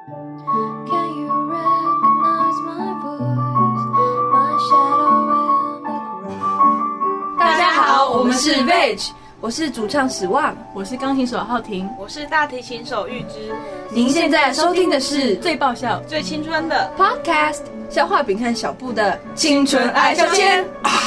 Can you recognize my voice? My shadow in the crowd. 大家好，我们是 Veg， 我是主唱史旺， 我是钢琴手浩婷， 我是大提琴手玉芝。 您现在收听的是最爆笑、 最青春的 Podcast 消化饼和小布的青春爱消遣。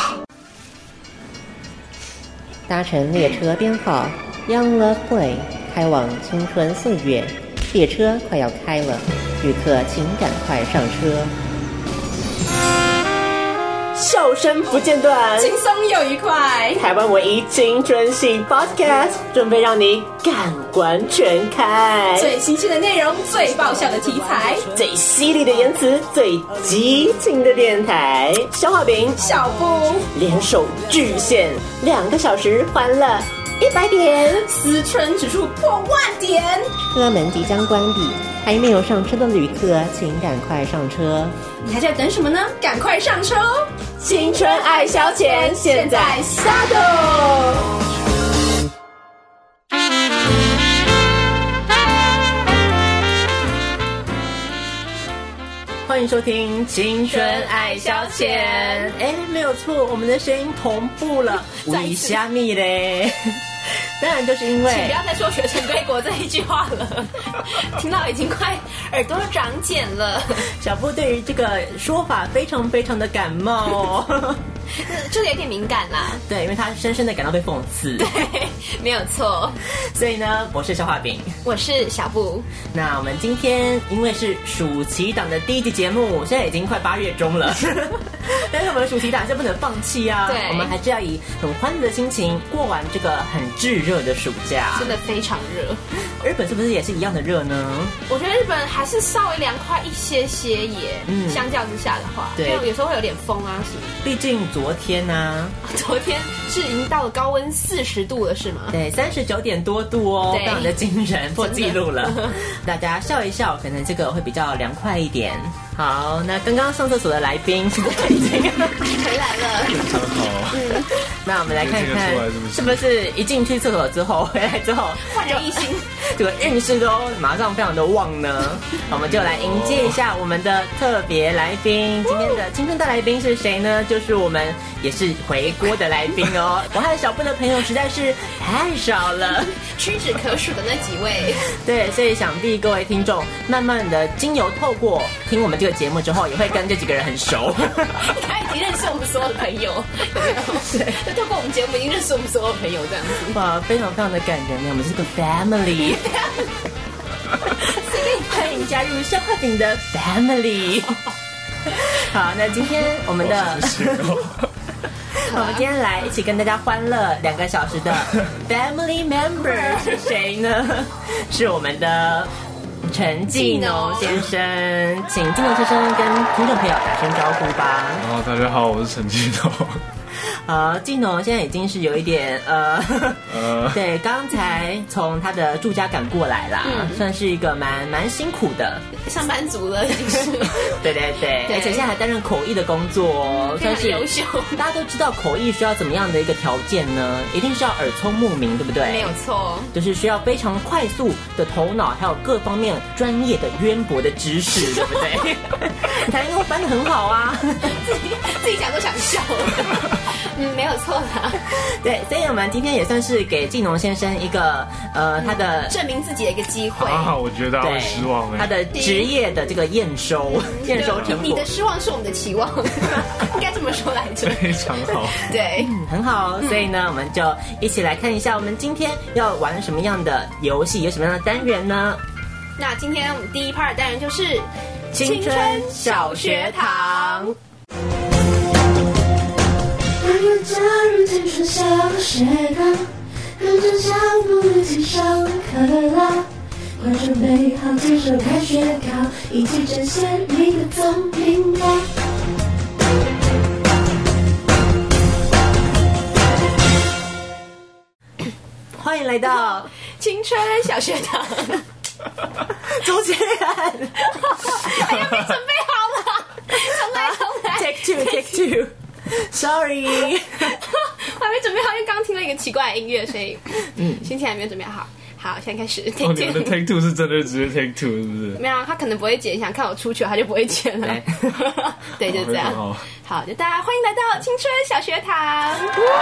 搭乘列车编号 Young Love Play 开往青春4月，列车快要开了，旅客请赶快上车。 笑声不间断， 轻松又愉快。 台湾唯一青春系 Podcast， 准备让你感官全开。 最新鲜的内容，最爆笑的题材， 最犀利的言辞，最激情的电台。消化饼、 小布联手巨献2个小时，欢乐100点， 思春指数破万点。 车门即将关闭，还没有上车的旅客，请赶快上车。 你还在等什么呢？赶快上车哦！ 青春爱消遣，现在下豆。欢迎收听青春爱消遣。哎，没有错，我们的声音同步了。为虾米嘞？当然就是因为， 请不要再说学成归国这一句话了，听到已经快耳朵长茧了。 小布对于这个说法非常非常的感冒哦。 就是有点敏感啦。 对，因为他深深的感到被讽刺。 对，没有错。 所以呢，我是消化饼， 我是小布。 那我们今天因为是暑期档的第1集节目，现在已经快8月中了，但是我们暑期档是不能放弃啊。 对， 我们还是要以很欢乐的心情过完这个很炙热的暑假。 真的非常热。 日本是不是也是一样的热呢？ 我觉得日本还是稍微凉快一些些耶。相较之下的话， 对， 有时候会有点风啊什么。 毕竟昨天啊， 昨天是已经到了高温40度了，是吗？ 对，39点多度哦，非常的惊人，破纪录了。大家笑一笑，可能这个会比较凉快一点。好，那刚刚上厕所的来宾现在已经回来了， 非常好。 那我们来看看是不是一进去厕所之后回来之后焕然一新， 这个运势都马上非常的旺呢。我们就来迎接一下我们的特别来宾。今天的青春大来宾是谁呢？就是我们也是回锅的来宾哦。我和小布的朋友实在是太少了， 屈指可数的那几位。 对，所以想必各位听众慢慢的经由透过听我们这个节目之后，也会跟这几个人很熟。 他已经认识我们所有的朋友，对，就透过我们节目已经认识我们所有朋友这样子。 哇，非常非常的感人呢，我们是个 family。欢迎加入消化饼的 family。好，那今天我们的我们今天来一起跟大家欢乐2个小时的 family member 是谁呢？是我们的陈纪农先生，请纪农先生跟听众朋友打声招呼吧。 大家好，我是陈纪农。 纪农现在已经是有一点对，刚才从他的住家赶过来啦，算是一个蛮辛苦的上班族了，已经是。 对，而且现在还担任口译的工作， 非常优秀。 大家都知道口译需要怎么样的一个条件呢？一定是要耳聪目明，对不对？ 没有错， 就是需要非常快速的头脑，还有各方面专业的渊博的知识，对不对？你才能够翻得很好啊！ 自己讲都想笑。没有错啦。 对，所以我们今天也算是给纪农先生一个他的证明自己的一个机会啊，我觉得他会失望他的职业的这个验收成果。 你的失望是我们的期望，应该这么说来着。 非常好， 对， 很好。所以呢，我们就一起来看一下我们今天要玩什么样的游戏，有什么样的单元呢？ 那今天我们第1 part 的单元就是青春小学堂。 加入青春小学堂，跟着小布一起上课啦！快准备好接受开学考，一起展现你的聪明吧！ 欢迎来到青春小学堂。 主持人， 哎呀，没准备好了，重来 ，Take two。Sorry， 我还没准备好，因为刚听了一个奇怪的音乐，所以心情还没有准备好。 好，现在开始。 哦，你们的 take two 是真的直接 take two 是不是？ 没有，他可能不会剪，想看我出糗，他就不会剪了。对，就这样。好，就大家欢迎来到青春小学堂。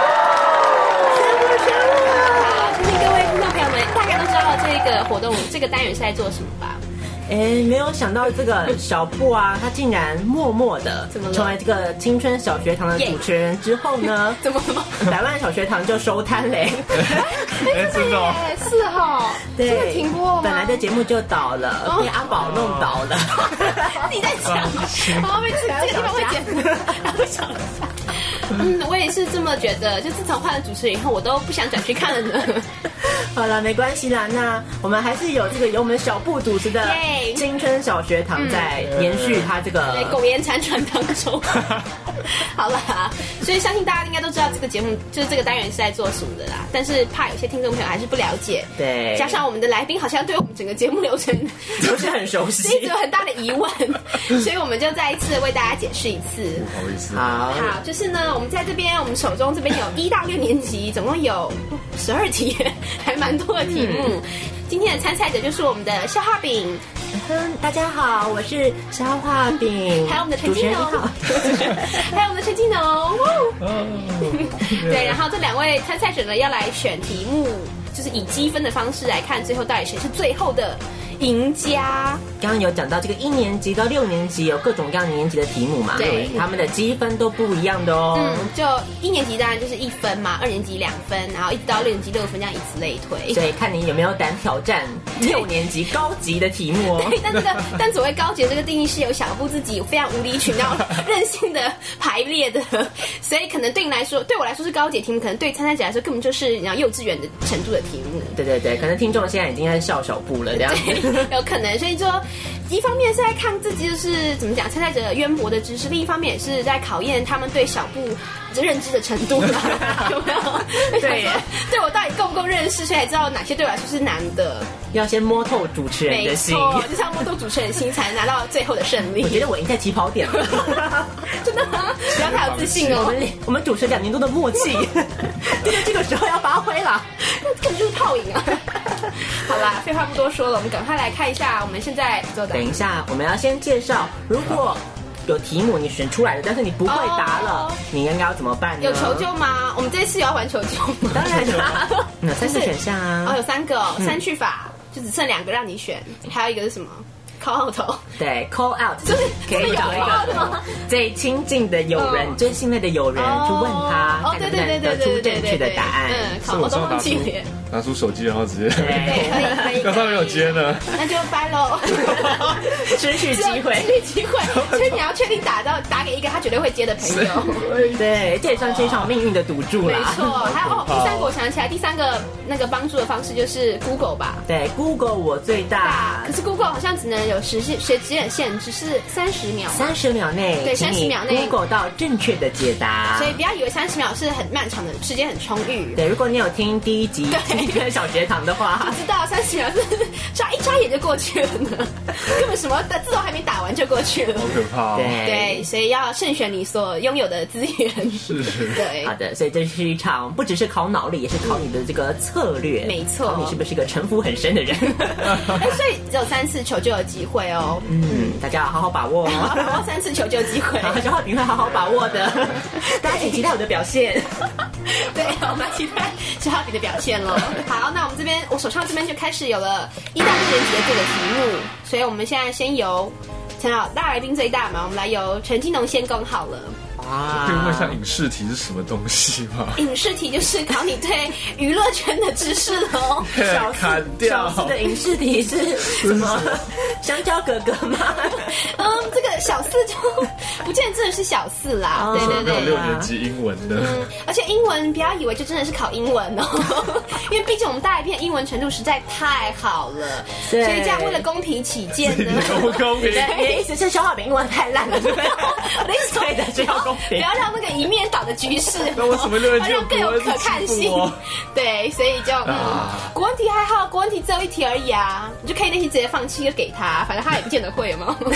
好，相信各位听众朋友们大概都知道这个活动、这个单元是在做什么吧？ 没有想到这个小布啊，他竟然默默的成为这个青春小学堂的主持人之后呢， 怎么了百万小学堂就收摊嘞。 真的哦， 是哦， 对， 这个停播吗？ 本来的节目就倒了，被阿宝弄倒了。 你在讲，好，每次这个地方会剪，不想一下。我也是这么觉得，就自从换了主持人以后，我都不想转去看了呢。 好了，没关系啦。那我们还是有这个由我们小布主持的青春小学堂在延续它这个苟延残喘当中。好啦，所以相信大家应该都知道这个节目就是这个单元是在做什么的啦。但是怕有些听众朋友还是不了解， 对， 加上我们的来宾好像对我们整个节目流程不是很熟悉， 一直有很大的疑问，所以我们就再一次为大家解释一次。 不好意思。 好， 就是呢，我们在这边，我们手中这边有1到6年级，总共有12题，还蛮多的题目。今天的参赛者就是我们的消化饼。 大家好，我是消化饼， 还有我们的陈金农，还有我们的陈金农。对，然后这2位参赛者呢要来选题目，就是以积分的方式来看，最后到底谁是最后的赢家。 刚刚有讲到这个1年级到6年级有各种各样年级的题目嘛， 对， 他们的积分都不一样的哦。 就1年级当然就是1分嘛，2年级2分，然后一直到6年级6分，这样以此类推。 所以看你有没有胆挑战6年级高级的题目哦。 对，但所谓高级的这个定义是由小布自己非常无理取闹、任性的排列的，所以可能对你来说，对我来说是高级的题目，可能对参赛者来说根本就是然后幼稚园的程度的题目。 对，可能听众现在已经在笑小布了这样子。 有可能，所以说一方面是在看自己就是怎么讲参赛者渊博的知识，另一方面也是在考验他们对小布认知的程度啦，有没有？对，对我到底够不够认识，所以才知道哪些对我来说是难的。 要先摸透主持人的心， 没错，就是要摸透主持人的心，才能拿到最后的胜利。 我觉得我赢在起跑点了。 真的吗？不要太有自信哦。 我们主持2年多的默契，这个时候要发挥了。 那根本就是泡影啊！好啦，废话不多说了，我们赶快来看一下我们现在做的。 等一下，我们要先介绍，如果有题目你选出来了，但是你不会答了，你应该要怎么办呢？ 有求救吗？我们这次有要玩求救吗？ 当然啦，有3个选项啊。 有3个哦，3去法，就只剩2个让你选，还有一个是什么？call out。 对 ，call out 就是可以找一个最亲近的友人、最信赖的友人去问他，看能不能得出正确的答案。 是我上拿出手机，然后直接。 对，可以。 要上面有接呢， 那就掰喽。 失去机会， 所以你要确定打给一个他绝对会接的朋友。 对，这也算是一场命运的赌注啦。 没错，还有第3个我想起来，第3个那个帮助的方式就是 Google 吧。 对 ，Google 我最大。 可是 Google 好像只能有时间限制是30秒 ，30秒内， 对，30秒内 Google 到正确的解答。 所以不要以为30秒是很漫长的时间，很充裕。 对，如果你有听第1集青春小学堂的话， 知道30秒是一眨眼就过去了呢，根本什么字都还没打完就过去了， 好可怕哦。 对，所以要慎选你所拥有的资源。 是， 对， 好的，所以这是一场不只是考脑力，也是考你的这个策略。 没错， 考你是不是一个城府很深的人。 所以只有3次求救的机会哦。 大家要好好把握哦。 把握3次求救机会， 消化饼会好好把握的。大家请期待我的表现。 对，我们期待消化饼的表现咯。好，那我们这边我手上这边就开始有了1到6年级的这个题目，所以我们现在先由大来宾最大嘛，我们来由陈金农先攻好了。 可以问一下影视题是什么东西吗？ 影视题就是考你对娱乐圈的知识喽。 砍掉。 小四的影视题是什么？香蕉哥哥吗？ 这个小四就不见得真的是小四啦。对， 没有6年级英文的。 而且英文不要以为就真的是考英文哦，因为毕竟我们大一片英文程度实在太好了，所以这样为了公平起见呢， 不公平。 你的意思是消化饼英文太烂了，对不对？ 我的意思对的， 就要公平， 不要让那个一面倒的局势， 那为什么6年级让更有可看性？对，所以就国文题还好，国文题只有1题而已啊，你就可以那题直接放弃就给他，反正他也不见得会嘛。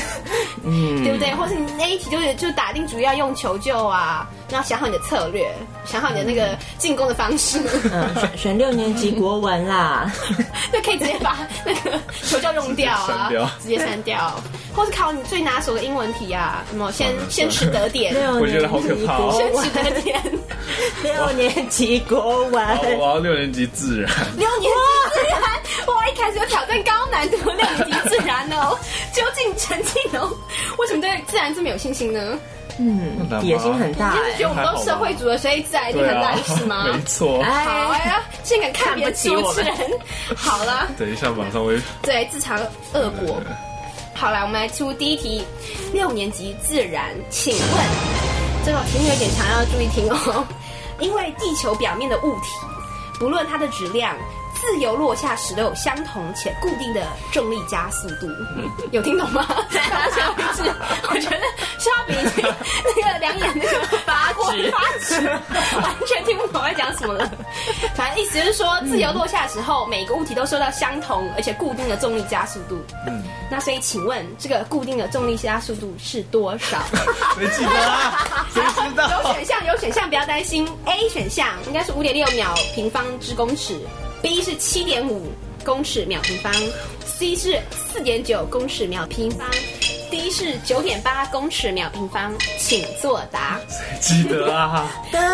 对不对？或是你那一题就打定主意要用求救啊，然后想好你的策略，想好你的那个进攻的方式。 选6年级国文啦， 就可以直接把那个求救用掉啊，直接删掉，或是考你最拿手的英文题啊，什么先取得点， 我觉得好可怕哦， 先取得点。 6年级国文， 我要6年级自然。 6年级自然，哇！一开始就挑战高难度6年级自然哦。究竟陈继农为什么对自然这么有信心呢？ 野心很大。 你是觉得我们都社会主义，所以自然一定很烂是吗？ 没错。 好呀，竟敢看别人主持人。好啦， 等一下马上会对自尝恶果。好啦，我们来出第一题，6年级自然，请问这个题目有点长，要注意听哦。因为地球表面的物体，不论它的质量，自由落下时都有相同且固定的重力加速度，有听懂吗？我觉得肖比那个两眼那个发直，完全听不懂在讲什么了。反正意思就是说，自由落下的时候，每个物体都受到相同而且固定的重力加速度。那所以请问这个固定的重力加速度是多少？ 谁记得啊？谁知道？ 有选项，不要担心。A 选项应该是5.6秒平方之公尺。B 是7.5公尺秒平方 ，C 是4.9公尺秒平方 ，D 是9.8公尺秒平方，请作答。 谁记得啊？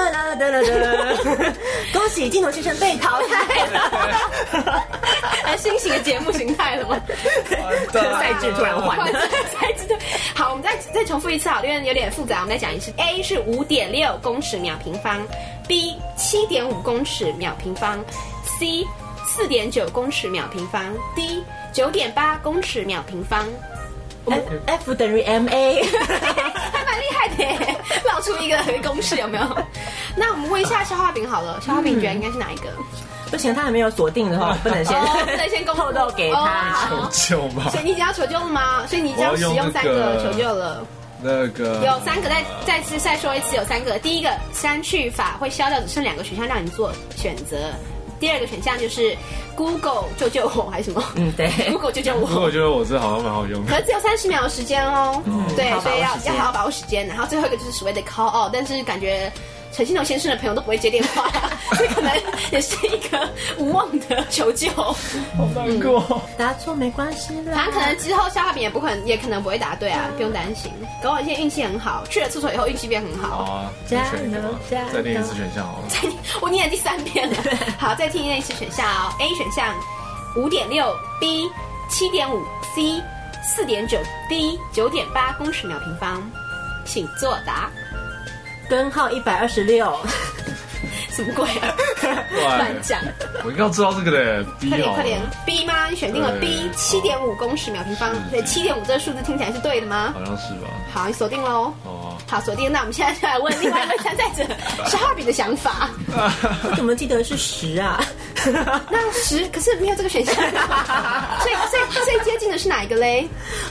恭喜金童先生被淘汰了。 新型的节目形态了吗？ 赛制突然换了。 赛制对。好，我们再重复一次好，因为有点复杂，我们再讲一次。A 是5.6公尺秒平方 ，B 7.5公尺秒平方。C 4.9公尺秒平方 ，D 9.8公尺秒平方。 F 等于 ma， 还蛮厉害的耶，绕出一个公式有没有？那我们问一下消化饼好了，消化饼觉得应该是哪一个？ 不行，他还没有锁定的话，不能先透露给他。 求救吧。 所以你已经要求救了吗？所以你已经要使用3个求救了。 那个有3个，再说一次，有3个。第一个删去法会消掉，只剩2个选项让你做选择。第2个选项就是 Google 救救我还是什么？ 对 ，Google 救救我。 我觉得我这好像蛮好用的， 可是只有30秒的时间哦。对，所以要好好把握时间。然后最后一个就是所谓的 call out， 但是感觉陈信农先生的朋友都不会接电话，这可能也是一个无望的求救。好难过。 答错没关系啦， 反正可能之后消化饼也可能不会答对啊，不用担心。搞不好现在运气很好，去了厕所以后运气变很好。 好啊， 加油！ 再念一次选项好了。 我念了第3遍了。好，再听一次选项哦。A 选项5.6 ，B 7.5 ，C 4.9 ，D 9.8公尺秒平方，请作答。 根号126， 什么鬼啊？乱讲！ 我应该要知道这个的 B 快点 B 吗？你选定了 B 7.5公尺秒平方，对7.5这个数字听起来是对的吗？ 好像是吧。 好，你锁定喽。 哦， 好，锁定。那我们现在就来问另外一位参赛者消化饼的想法。 我怎么记得是10啊？ 那10可是没有这个选项，所以最接近的是哪一个嘞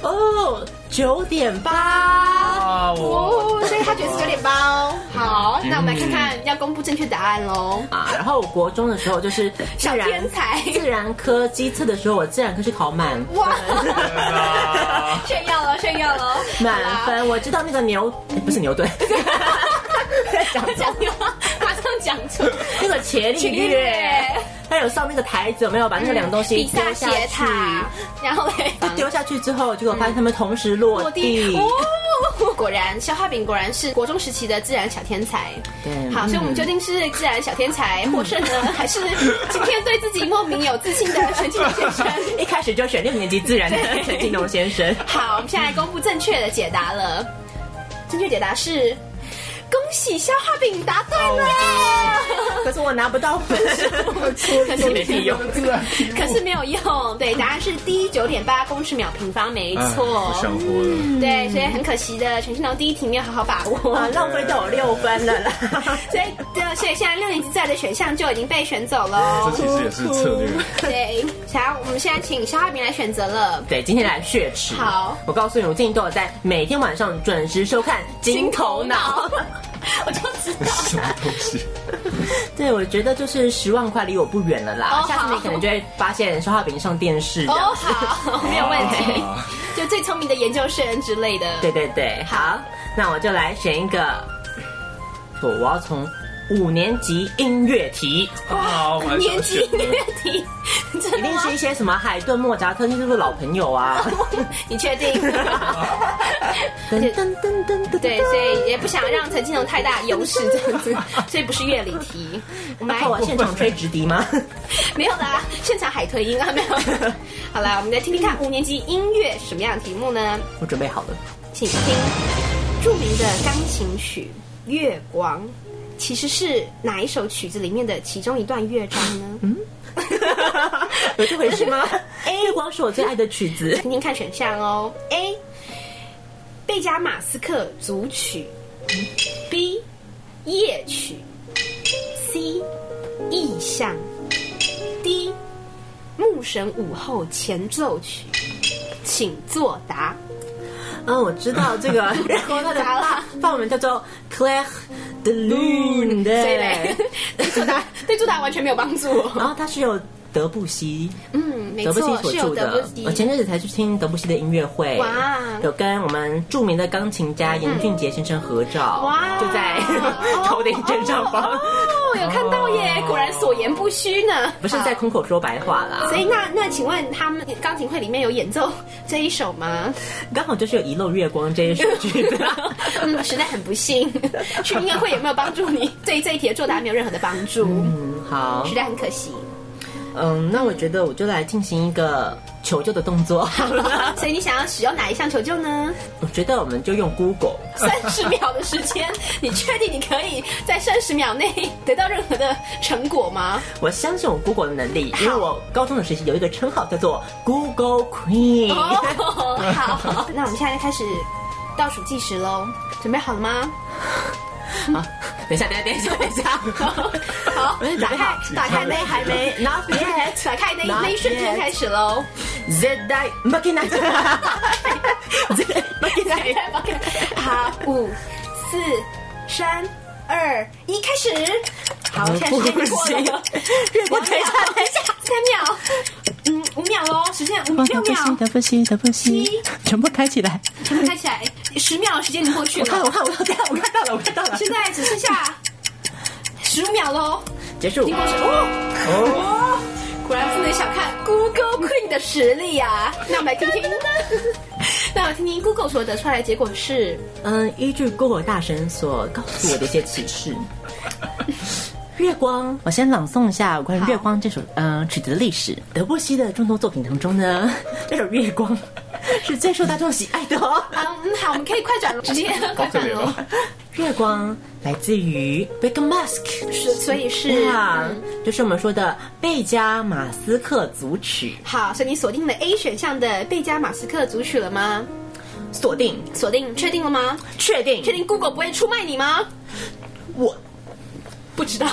？9.8。 哦，所以他觉得是9.8哦。好，那我们来看看要公布正确答案喽。 然后我国中的时候就是小天才， 自然科基测的时候，我自然科是考满分。 哇！炫耀了， 满分。我知道那个不是牛顿， 讲牛，马上讲出那个伽利略。他有上那个台子，有没有把那个2个东西丢下去？ 然后嘞， 丢下去之后，结果发现他们同时落地。 果然，消化饼果然是国中时期的自然小天才。 对， 好，所以我们究竟是自然小天才获胜呢，还是今天对自己莫名有自信的陈继农先生？ 一开始就选6年级自然的陈继农先生。 好，我们现在来公布正确的解答了。正确解答是。恭喜消化饼答对了， 可是我拿不到分数，可是没屁用， 可是没有用。对，答案是 D 9.8公尺秒平方，没错。 不想活了。 对，所以很可惜的，陈信农第一题没有好好把握， 浪费掉我6分了啦。 所以现在6年级自然的选项就已经被选走了。 这其实也是策略。 对，我们现在请消化饼来选择了。 对，今天来血池。 好， 我告诉你，我最近都有在每天晚上准时收看《金头脑》。 我就知道什么东西。 对，我觉得就是10万块离我不远了啦。下次你可能就会发现消化饼上电视。 好，没有问题。 就最聪明的研究生之类的。 对对对，好，那我就来选一个，我要从5年级音乐题。 哇 5年级音乐题，真一的吗定是一些什么海顿、莫扎特，那就是老朋友啊。 你确定？ 噔噔噔噔噔， 对，所以也不想让陈庆荣太大优势这样子，所以不是乐理题。我们来看我现场吹直笛吗？ 没有啦，现场海豚音啊没有。好啦，我们来听听看5年级音乐是什么样的题目呢？ 我准备好了。 请听著名的钢琴曲《月光》，其实是哪一首曲子里面的其中一段乐章呢？ 有这回事吗？月光是我最爱的曲子。 听听看选项哦。A. 贝加马斯克组曲 B. 夜曲 C. 意象 D. 牧神午后前奏曲，请作答。 我知道这个，然后它的范文叫做 Claire de Lune， 所以嘞，对作答完全没有帮助。 然后它是由德布西， 没德布西错，是有所著的。 德布西。 我前阵子才去听德布西的音乐会， 哇， 有跟我们著名的钢琴家严俊杰先生合照， 哇， 就在头顶正上方。 哦，有看到耶，果然所言不虚呢。 不是在空口说白话啦。 所以那请问他们钢琴会里面有演奏这一首吗？ 刚好就是有遗漏月光这一首曲子。 实在很不幸。去音乐会有没有帮助你？这一题的作答没有任何的帮助。 好， 实在很可惜。 那我觉得我就来进行一个求救的动作好了。 所以你想要使用哪一项求救呢？ 我觉得我们就用 Google。 30秒的时间，你确定你可以在30秒内得到任何的成果吗？ 我相信我 Google 的能力，因为我高中的时期有一个称号叫做 Google Queen。 好，那我们现在就开始倒数计时喽，准备好了吗？ 好，等一下， 好，打开那还没 ，Not yet， 打开那一瞬间开始喽。 Zedai Makina， 好，5、4、3、2、1，开始。好，现在时间过了， 我等一下 ，3秒，5秒喽，时间6秒， 德布西，全部开起来 ，10秒，时间已经过去了。 我看到了， 现在只剩下15秒喽， 结束。 经过哦，果然不能小看 Google Queen 的实力啊！那我们来听听 Google 所得出来的结果是， 依据 Google 大神所告诉我的一些启示。月光，我先朗诵一下关于《月光》这首曲子的历史。德布西的众多作品当中呢，这首《月光》是最受大众喜爱的哦。 好，我们可以快转了，直接快转了。 月光来自于 Big Mask， 所以是就是我们说的贝加马斯克组曲。 好，所以你锁定了 A 选项的贝加马斯克组曲了吗？ 锁定， 确定了吗？ 确定 Google 不会出卖你吗？ 我不知道，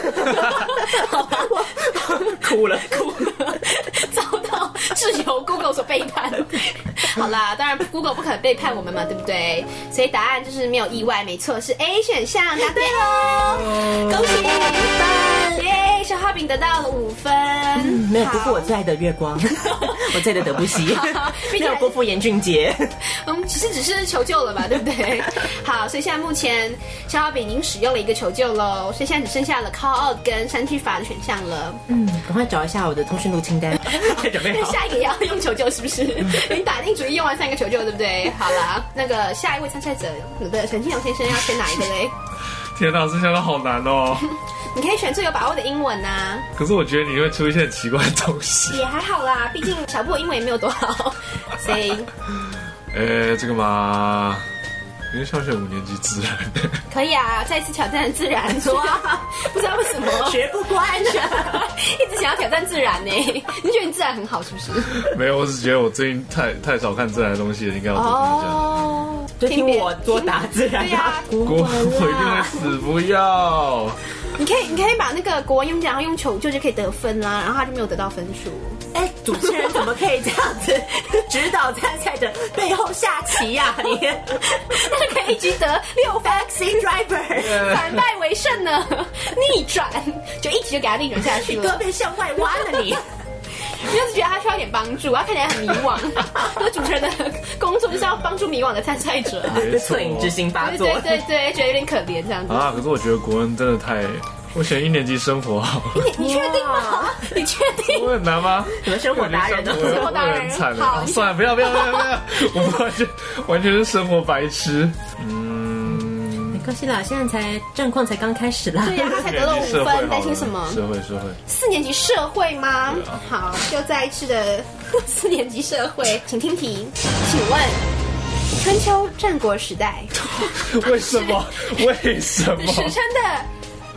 我哭了， 遭到挚友 Google 所背叛。好啦，当然 Google 不可能背叛我们嘛，对不对？所以答案就是没有意外，没错，是 A 选项，答对喽！恭喜你，耶！小花饼得到了5分， 没有辜负我最爱的月光，我最爱的德布西，没有辜负严俊杰。 其实只是求救了吧，对不对？好，所以现在目前小花饼已经使用了一个求救喽，所以现在只剩下了 call out 跟删去法的选项了。 赶快找一下我的通讯录清单，准备好。 下一个也要用求救是不是？你打定主意用完3个求救，对不对？好啦，那个下一位参赛者的陈庆荣先生要选哪一个嘞？ 天哪，这下都好难哦。 你可以选最有把握的英文啊。 可是我觉得你会出一些很奇怪的东西。 也还好啦，毕竟小布的英文也没有多好，所以。 这个嘛，因为小学5年级自然可以啊，再次挑战自然哇，不知道为什么学不乖呢， 一直想要挑战自然呢。你觉得你自然很好是不是？ 没有，我只觉得我最近太少看自然的东西了，应该要多听一下。 就听我多打自然啊， 国文我一定会死不要。 你可以把那个国文用讲，然后用求救就可以得分啦，然后他就没有得到分数。 主持人怎么可以这样子指导参赛者背后下棋呀？你那就可以积得6分 ，Taxi Driver 反败为胜呢，逆转就一直就给他逆转下去了， 胳膊向外弯了你。 我就是觉得他需要一点帮助，他看起来很迷惘。那主持人的工作就是要帮助迷惘的参赛者啊。 没错恻隐之心发作。 对，觉得有点可怜这样子啊！可是我觉得国文真的太，我选1年级生活好了。 你确定吗？你确定？ 我很难吗？ 你们生活达人呢？ 生活达人很惨的。 好算了，不要，我完全是生活白痴。 没关系啦，现在战况才刚开始啦。 对呀，他才得了5分，担心什么？ 社会。 4年级社会吗？好，就再一次的4年级社会，请听题，请问春秋战国时代为什么？ 史称的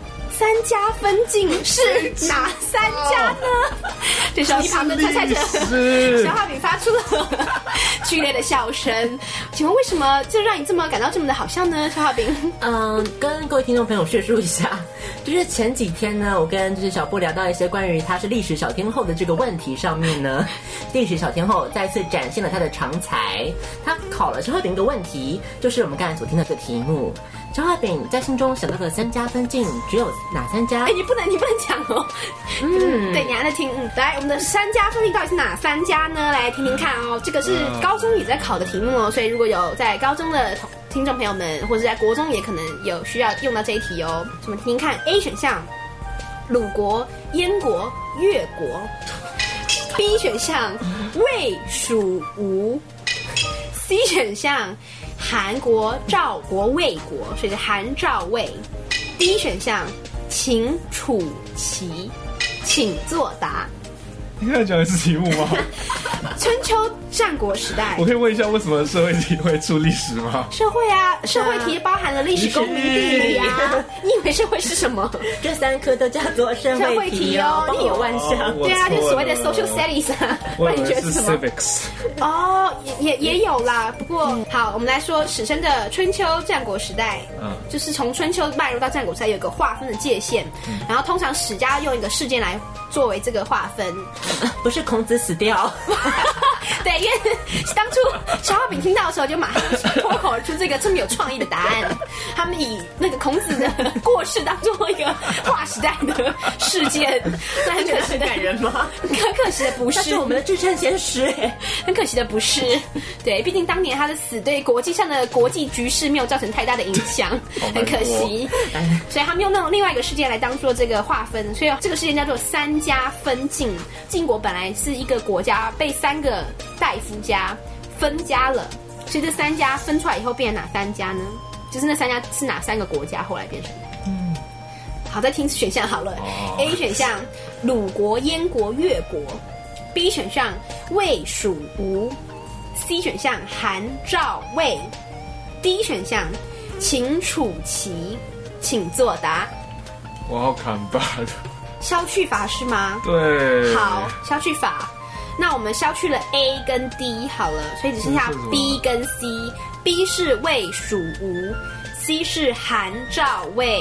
3家分晋是哪3家呢？这时候一旁的参赛者小画饼发出了剧烈的笑声。请问为什么就让你感到这么的好笑呢？小画饼， 跟各位听众朋友叙述一下，就是前几天呢，我跟就是小布聊到一些关于他是历史小天后的这个问题上面呢，历史小天后再次展现了她的长才。她考了小画饼一个问题，就是我们刚才所听到的题目。小画饼在心中想到的3家分晋只有哪3家？ 你不能讲哦。对，你还在听。来，我们的3家分晋到底是哪3家呢？来听听看哦。这个是高中也在考的题目哦，所以如果有在高中的听众朋友们，或者在国中也可能有需要用到这一题哦。我们听听看 ：A 选项，鲁国、燕国、越国；B 选项，魏、蜀、吴；C 选项，韩国、赵国、魏国，所以是韩、赵、魏。D 选项，秦、楚、齐，请作答。 你刚才讲的是题目吗？ 春秋战国时代， 我可以问一下，为什么社会题会出历史吗？ 社会啊，社会题包含了历史、公民、地理啊。你以为社会是什么？ 这3科都叫做社会题哦，包罗万象。 对啊，就所谓的 social studies 啊。 我以为是你觉得是什么 civics。 哦，也有啦。不过好，我们来说史称的春秋战国时代。就是从春秋迈入到战国时代有一个划分的界限，然后通常史家用一个事件来作为这个划分。 不是孔子死掉。 对，因为当初小画饼听到的时候，就马上脱口而出这么有创意的答案。他们以那个孔子的过世当做一个划时代的事件，那很可惜的感人吗？ 很可惜的不是， 那是我们的至圣先师很可惜的不是。对，毕竟当年他的死对国际上的国际局势没有造成太大的影响，很可惜。所以他们用那种另外一个事件来当做这个划分，所以这个事件叫做3家分晋。晋国本来是一个国家，被3个大夫家分家了，所以这3家分出来以后变成哪3家呢？就是那3家是哪3个国家后来变成的？好，再听选项好了。A 选项鲁国、燕国、越国；B 选项魏、蜀、吴；C 选项韩、赵、魏；D 选项秦、楚、齐，请作答。 我好砍吧的。 消去法是吗？ 对。 好，消去法。那我们消去了 A 跟 D 好了，所以只剩下 B 跟 C。B 是魏、蜀、吴 ，C 是韩、赵、魏。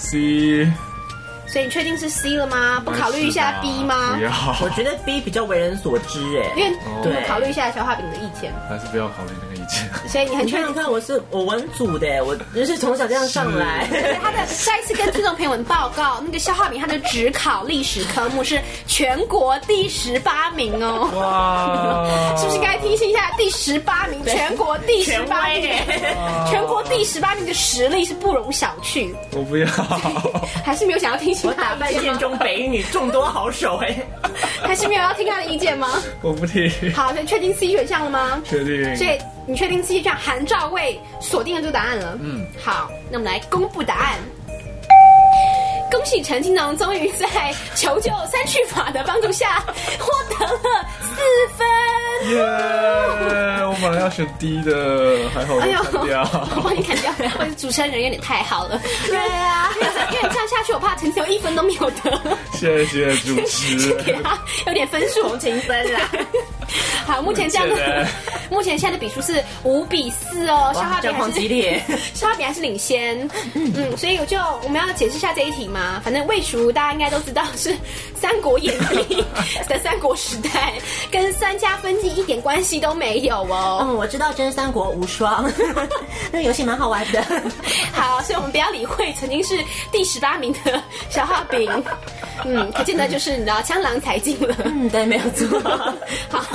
C。 所以你确定是 C 了吗？不考虑一下 B 吗？ 不要。 我觉得 B 比较为人所知因为我们考虑一下小画饼的意见。 还是不要考虑那个意见。 所以你很确定？ 你看我文组的，我就是从小这样上来。 他的下一次跟听众朋友们报告，那个小画饼他的只考历史科目是全国第18名哦。 哇！ 是不是该提醒一下第18名？全国第18名，全国第18名的实力是不容小觑。 我不要。 还是没有想要听我打败建中北女众多好手还是没有要听他的意见吗？ 我不听。 好，所以确定 C 选项了吗？ 确定。 所以你确定 C 选项韩、赵、魏锁定了这个答案了？好，那我们来公布答案。恭喜陈金农终于在求救3去法的帮助下获得了4分。 耶！我本来要选 D 的，还好我砍掉。 我帮你砍掉，我主持人人有点太好了。对啊，因为这样下去，我怕陈金农1分都没有得。 谢谢主持人， 给他有点分数， 同情分啦。 好，目前这样的，目前现在的比数是5比4哦，小画饼还是激烈， 小画饼还是领先。所以我们要解释一下这一题嘛。反正魏蜀大家应该都知道是《三国演义》的三国时代，跟3家分晋一点关系都没有哦。 我知道真三国无双，那个游戏蛮好玩的。 好，所以我们不要理会曾经是第18名的小画饼。可见得就是你知道江郎才尽了。 对，没有错。 好，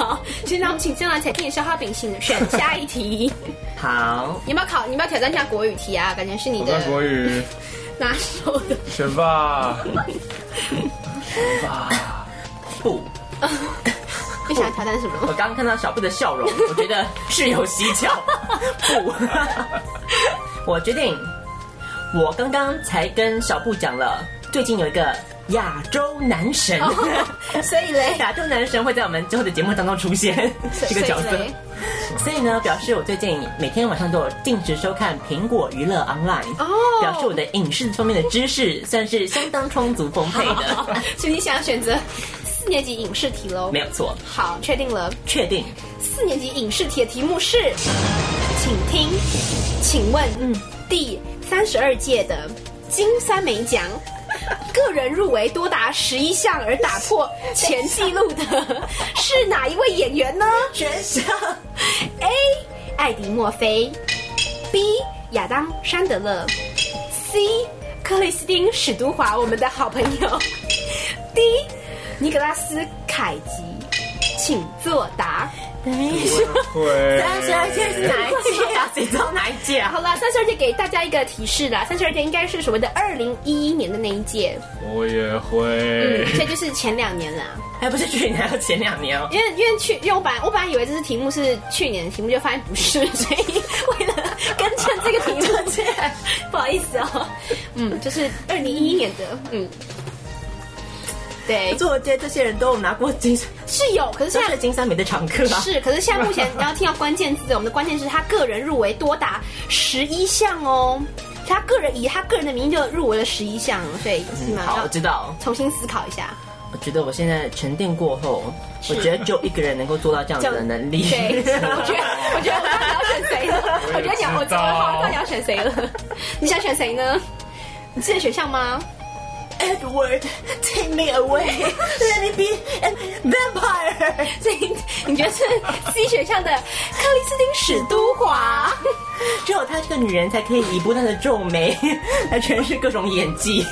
现在我们请进来才听的消化饼，请选下一题。 好， 你要不要挑战一下国语题啊？感觉是你的挑战国语， 拿手的。 选吧，选吧， 不。 你想挑战什么？ 我刚刚看到小布的笑容，我觉得是有蹊跷。不，我决定，我刚刚才跟小布讲了，最近有一个亚洲男神， 所以嘞， 亚洲男神会在我们之后的节目当中出现这个角色。所以呢，表示我最近每天晚上都有定时收看苹果娱乐 Online， 表示我的影视方面的知识算是相当充足丰沛的。 所以你想选择4年级影视题喽？ 没有错。 好，确定了。 确定。 4年级影视题的题目是，请听，请问，第32届的金酸梅奖，个人入围多达11项而打破前纪录的是哪一位演员呢？ 选项 A. 艾迪墨菲 B. 亚当山德勒 C. 克里斯汀史都华，我们的好朋友 D. 尼格拉斯凯奇，请作答。 会 32届是哪一届啊？谁知道哪一届啊？ 好了，32届给大家一个提示啦，32届应该是所谓的2011年的那一届。 我也会。 所以就是前2年啦。 还不是去年，还有前2年哦。 因为我本来以为这是题目是去年的题目，就发现不是，所以为了更正这个题目，不好意思哦。就是2011年的，对， 可是我觉得这些人都有拿过金， 是有，可是现在金酸梅的常客啊。 是，可是现在目前你要听到关键字，我们的关键是他个人入围多达11项哦。以他个人的名义就入围了11项，所以好，我知道， 重新思考一下。 我觉得我现在沉淀过后，我觉得只有一个人能够做到这样子的能力。 对，我觉得我到底要选谁呢？我觉得我到底要选谁了？你想选谁呢？你记得选项吗 ？Edward, take me away, let me be a vampire。 所以你觉得是 C 选项的克里斯汀史都华？ 只有她这个女人才可以以不断的皱眉来诠释各种演技。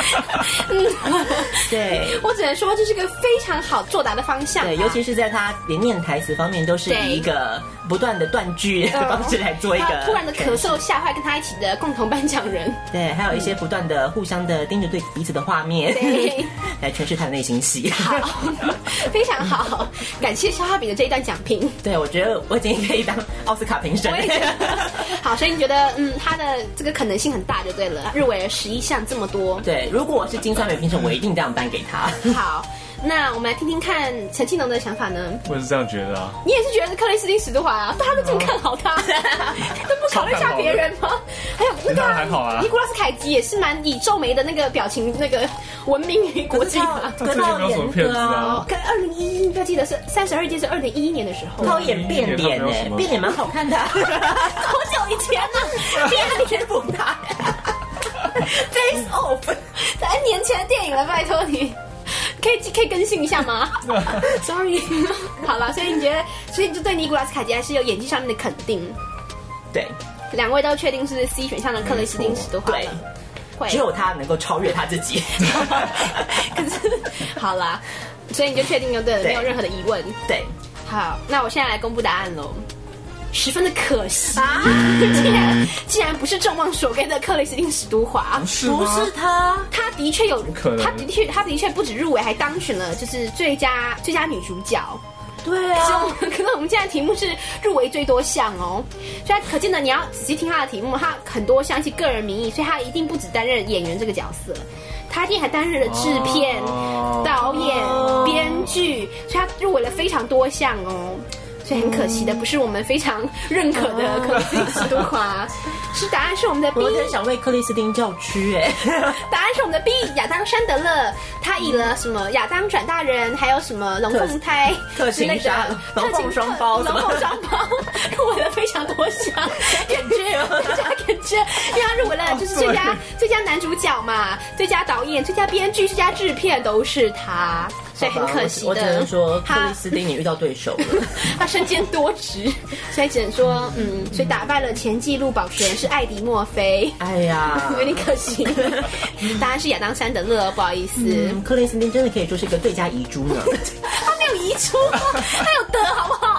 对， 我只能说这是个非常好作答的方向。 对，尤其是在她连念台词方面，都是以一个不断的断句的方式来做一个。 突然的咳嗽吓坏跟他一起的共同颁奖人。 对，还有一些不断的互相的盯着对彼此的画面，来诠释他的内心戏。 好，非常好，感谢消化饼的这一段讲评。 对，我觉得我已经可以当奥斯卡评审。 好，所以你觉得他的这个可能性很大就对了，入围了11项这么多。 对，如果我是金酸梅评审，我一定这样颁给他。 好，那我们来听听看陈庆农的想法呢？ 我也是这样觉得啊。 你也是觉得是克里斯汀史都华啊？大家都这么看好他，都不考虑一下别人吗？还有那个还好啊， 尼古拉斯凯奇也是蛮以皱眉的那个表情那个闻名于国际嘛。 他最近没有什么片子啊。 跟2011，你不要记得是32届是2011年的时候。 他有演变脸哎，变脸蛮好看的。 多久以前呢？ 变脸补他。Face off， 3年前的电影了，拜托你。可以更新一下吗？Sorry， 好了，所以你就对尼古拉斯凯奇还是有演技上面的肯定。 对 ，2位都确定是 C 选项的克里斯汀史都华了。 只有他能够超越他自己。 可是，好啦，所以你就确定就对了，没有任何的疑问。 对， 好，那我现在来公布答案喽。十分的可惜啊！竟然不是众望所归的克里斯汀史都华， 不是他， 他的确有，他的确不止入围，还当选了就是最佳女主角。 对啊， 可是我们现在题目是入围最多项哦，所以可见的你要仔细听他的题目，他很多项是个人名义，所以他一定不只担任演员这个角色，他一定还担任了制片、导演、编剧，所以他入围了非常多项哦。所以很可惜的，不是我们非常认可的克里斯汀史都华，是答案是我们的 B。 我很想为克里斯汀叫屈哎， 答案是我们的 B， 亚当山德勒，他以了什么亚当转大人，还有什么龙凤胎、 特勤杀、龙凤双胞、 龙凤双胞，入围了非常多项， 感觉， 因为他入围了就是最佳男主角嘛，最佳导演、最佳编剧、最佳制片都是他。所以很可惜的， 我只能说克里斯汀你遇到对手了， 他身兼多职，所以只能说所以打败了前纪录保持人是艾迪墨菲。 哎呀， 有点可惜。答案是亚当山德勒，不好意思。 克里斯汀真的可以说是一个最佳遗珠呢。 他没有遗珠，他有得好不好？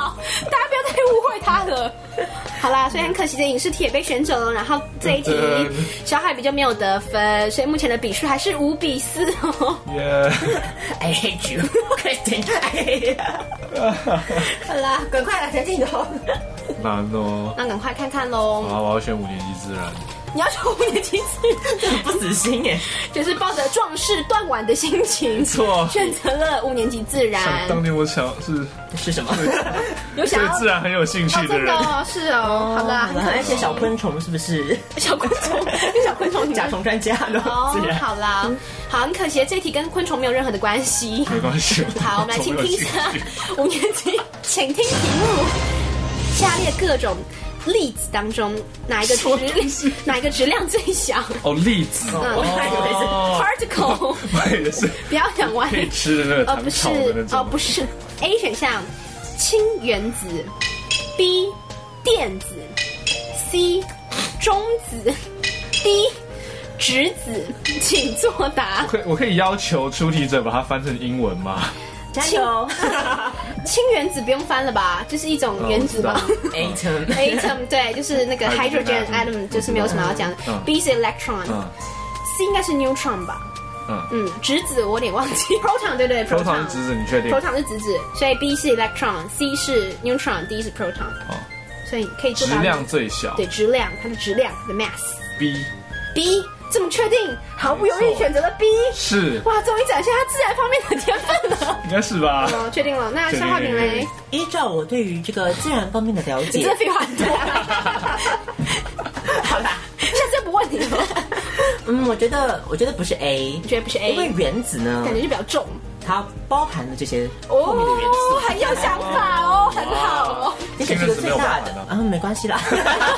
他了。好啦，所以很可惜的影视题也被选走了，然后这一题小海比就没有得分，所以目前的比数还是5-4哦。 I hate you, Kristen. 好啦，赶快来前进头。 难哦。 那赶快看看喽。 好，我要选5年级自然。 你要选5年级自然， 不死心耶， 就是抱着壮士断腕的心情， 错， 选择了5年级自然。 当年我想是什么？ 有想要对自然很有兴趣的人， 真的哦，是哦，好啦， 而且小昆虫是不是？ 小昆虫，跟小昆虫甲虫专家的自然。 好啦，好，很可惜，这一题跟昆虫没有任何的关系。 没关系。 好，我们来请听一下5年级，请听题目：下列各种粒子当中，哪一个质量最小？ 哦，粒子。 我以为是 particle， 我以为是不要想歪。 可以吃的那个糖炒的那种。 不是。A 选项氢原子 ，B 电子 ，C 中子 ，D 质子，请作答。 我可以要求出题者把它翻成英文吗？ 加油！ 氢原子不用翻了吧，就是一种原子嘛。atom 对，就是那个 hydrogen atom， 就是没有什么要讲的。B 是 electron，C 应该是 neutron 吧。质子我有点忘记。proton 对 proton 是质子，你确定 ？proton 是质子，所以 B 是 electron，C 是 neutron，D 是 proton。所以可以知道质量最小。 对，质量，它的质量的 mass。B 这么确定？毫不犹豫选择了 B。是。哇，终于展现他自然方面的天分了。 应该是吧？ 确定了。那消化饼嘞？ 依照我对于这个自然方面的了解， 你这废话很多。好啦，下次不问你了。 我觉得不是 A， 你觉得不是 A？ 因为原子呢， 感觉就比较重， 它包含了这些后面的元素， 很有想法哦，很好哦。 你选这个最大的没关系啦。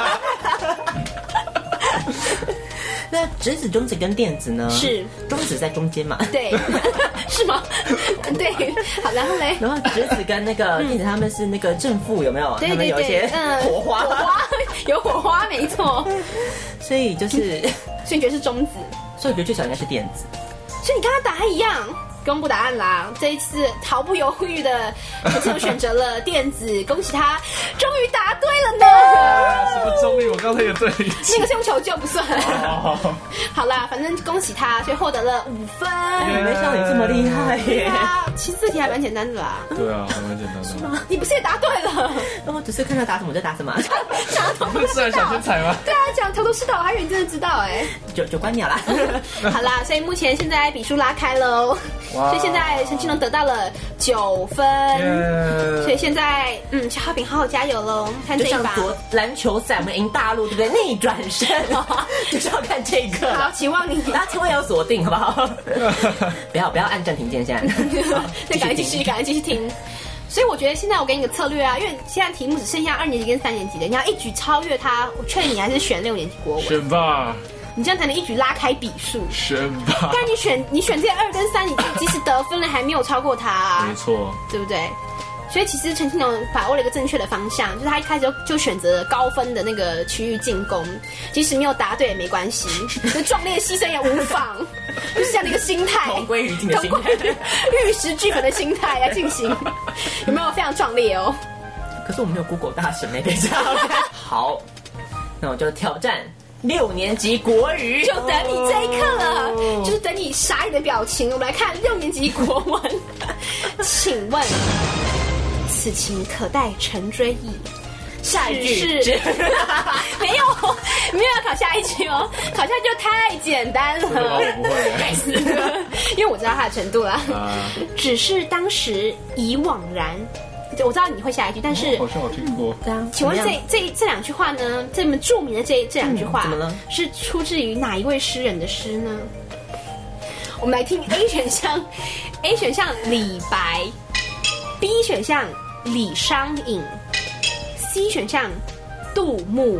那质子、中子跟电子呢？ 是中子在中间嘛？ 对，是吗？对，好，然后嘞？ 然后质子跟那个电子他们是那个正负，有没有？ 对， 他们有一些火花， 有火花，没错。 所以就是， 所以你觉得是中子？ 所以我觉得最小应该是电子。 所以你跟他答案一样。公布答案啦！这一次毫不犹豫的就选择了电子，恭喜他终于答对了呢！ 什么终于？我刚才也对。 那个是用求救不算。好啦，反正恭喜他，所以获得了5分。 没想到你这么厉害耶！ 其实这题还蛮简单的啦。 对啊，还蛮简单的。是吗？ 你不是也答对了？ 我只是看他答什么就答什么。 讲头头是道。 小天才吗？ 对啊，讲头头是道，我还以为你真的知道哎。 就关鸟啦。 好啦，所以目前现在比数拉开喽。所以现在陈庆龙得到了9分，所以现在小浩饼好好加油喽！看这一把， 就像篮球赛我们赢大陆对不对？逆转胜就是要看这个。 好，期望你， 大家千万要锁定好不好？不要按暂停键，现在。 再赶快继续听。所以我觉得现在我给你个策略啊，因为现在题目只剩下2年级跟3年级的，你要一举超越他。我劝你还是选6年级国文。 选吧。 你这样才能一举拉开比数。 选吧。 但你选这2跟3，你即使得分了，还没有超过他啊。 没错， 对不对？所以其实陈庆龙把握了一个正确的方向，就是他一开始就选择高分的那个区域进攻，即使没有答对也没关系，就壮烈牺牲也无妨，就是这样的一个心态， 同归于尽的心态， 玉石俱焚的心态来进行，有没有非常壮烈哦？ 可是我们没有 Google 大神，等一下。好，那我就挑战6年级国语， 就等你这一刻了，就是等你傻眼的表情。我们来看6年级国文，请问此情可待成追忆？ 下一句是没有要考下一句哦，考下去就太简单了。 我不会， 该死，因为我知道他的程度啦。只是当时已惘然。我知道你会下一句，但是好像我听过。 对啊，请问这2句话呢？这么著名的这2句话， 怎么了？ 是出自于哪一位诗人的诗呢？我们来听 A 选项，A 选项李白 ，B 选项李商隐 ，C 选项杜牧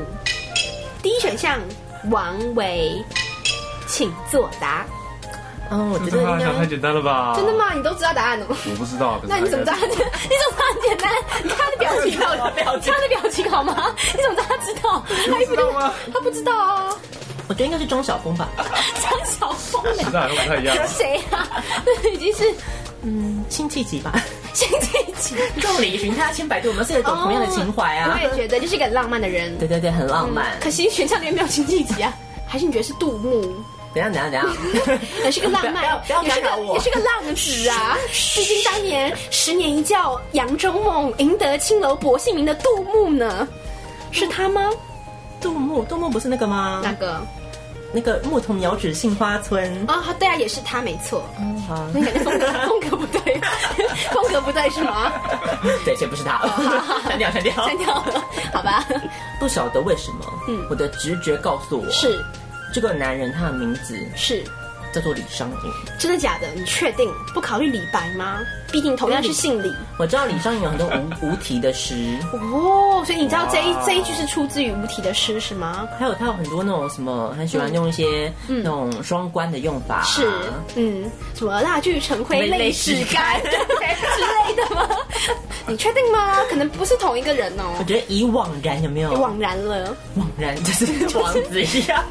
，D 选项王维，请作答。 我觉得应该太简单了吧？ 真的吗？你都知道答案了吗？ 我不知道。 那你怎么知道？你怎么知道很简单？你看他的表情，看他的表情好吗？你怎么知道他知道？他不知道吗？他不知道啊。 我觉得应该是张晓峰吧。 张晓峰， 时代还不太一样。 谁啊？那已经是辛弃疾吧， 辛弃疾， 众里寻他千百度，我们是有同样的情怀啊。 我也觉得就是一个很浪漫的人。 对对对，很浪漫。 可惜选项里面没有辛弃疾啊，还是你觉得是杜牧？ 怎样？ 也是个浪漫， 不要干扰我， 也是个浪子啊！毕竟当年10年一觉扬州梦，赢得青楼薄幸名的杜牧呢，是他吗？ 杜牧不是那个吗？ 哪个？ 那个牧童遥指杏花村啊，对啊，也是他，没错。 好， 那感觉风格不对，风格不对是吗？ 对，这不是他，删掉了，好吧。 不晓得为什么，我的直觉告诉我是这个男人，他的名字是叫做李商隐。 真的假的？你确定不考虑李白吗？毕竟同样是姓李。 我知道李商隐有很多无题的诗哦，所以你知道这一句是出自于无题的诗是吗？ 还有他有很多那种什么，很喜欢用一些那种双关的用法， 是什么蜡炬成灰泪始干之类的吗？你确定吗？可能不是同一个人哦。 我觉得已惘然，有没有？ 惘然了， 惘然就是王子一样。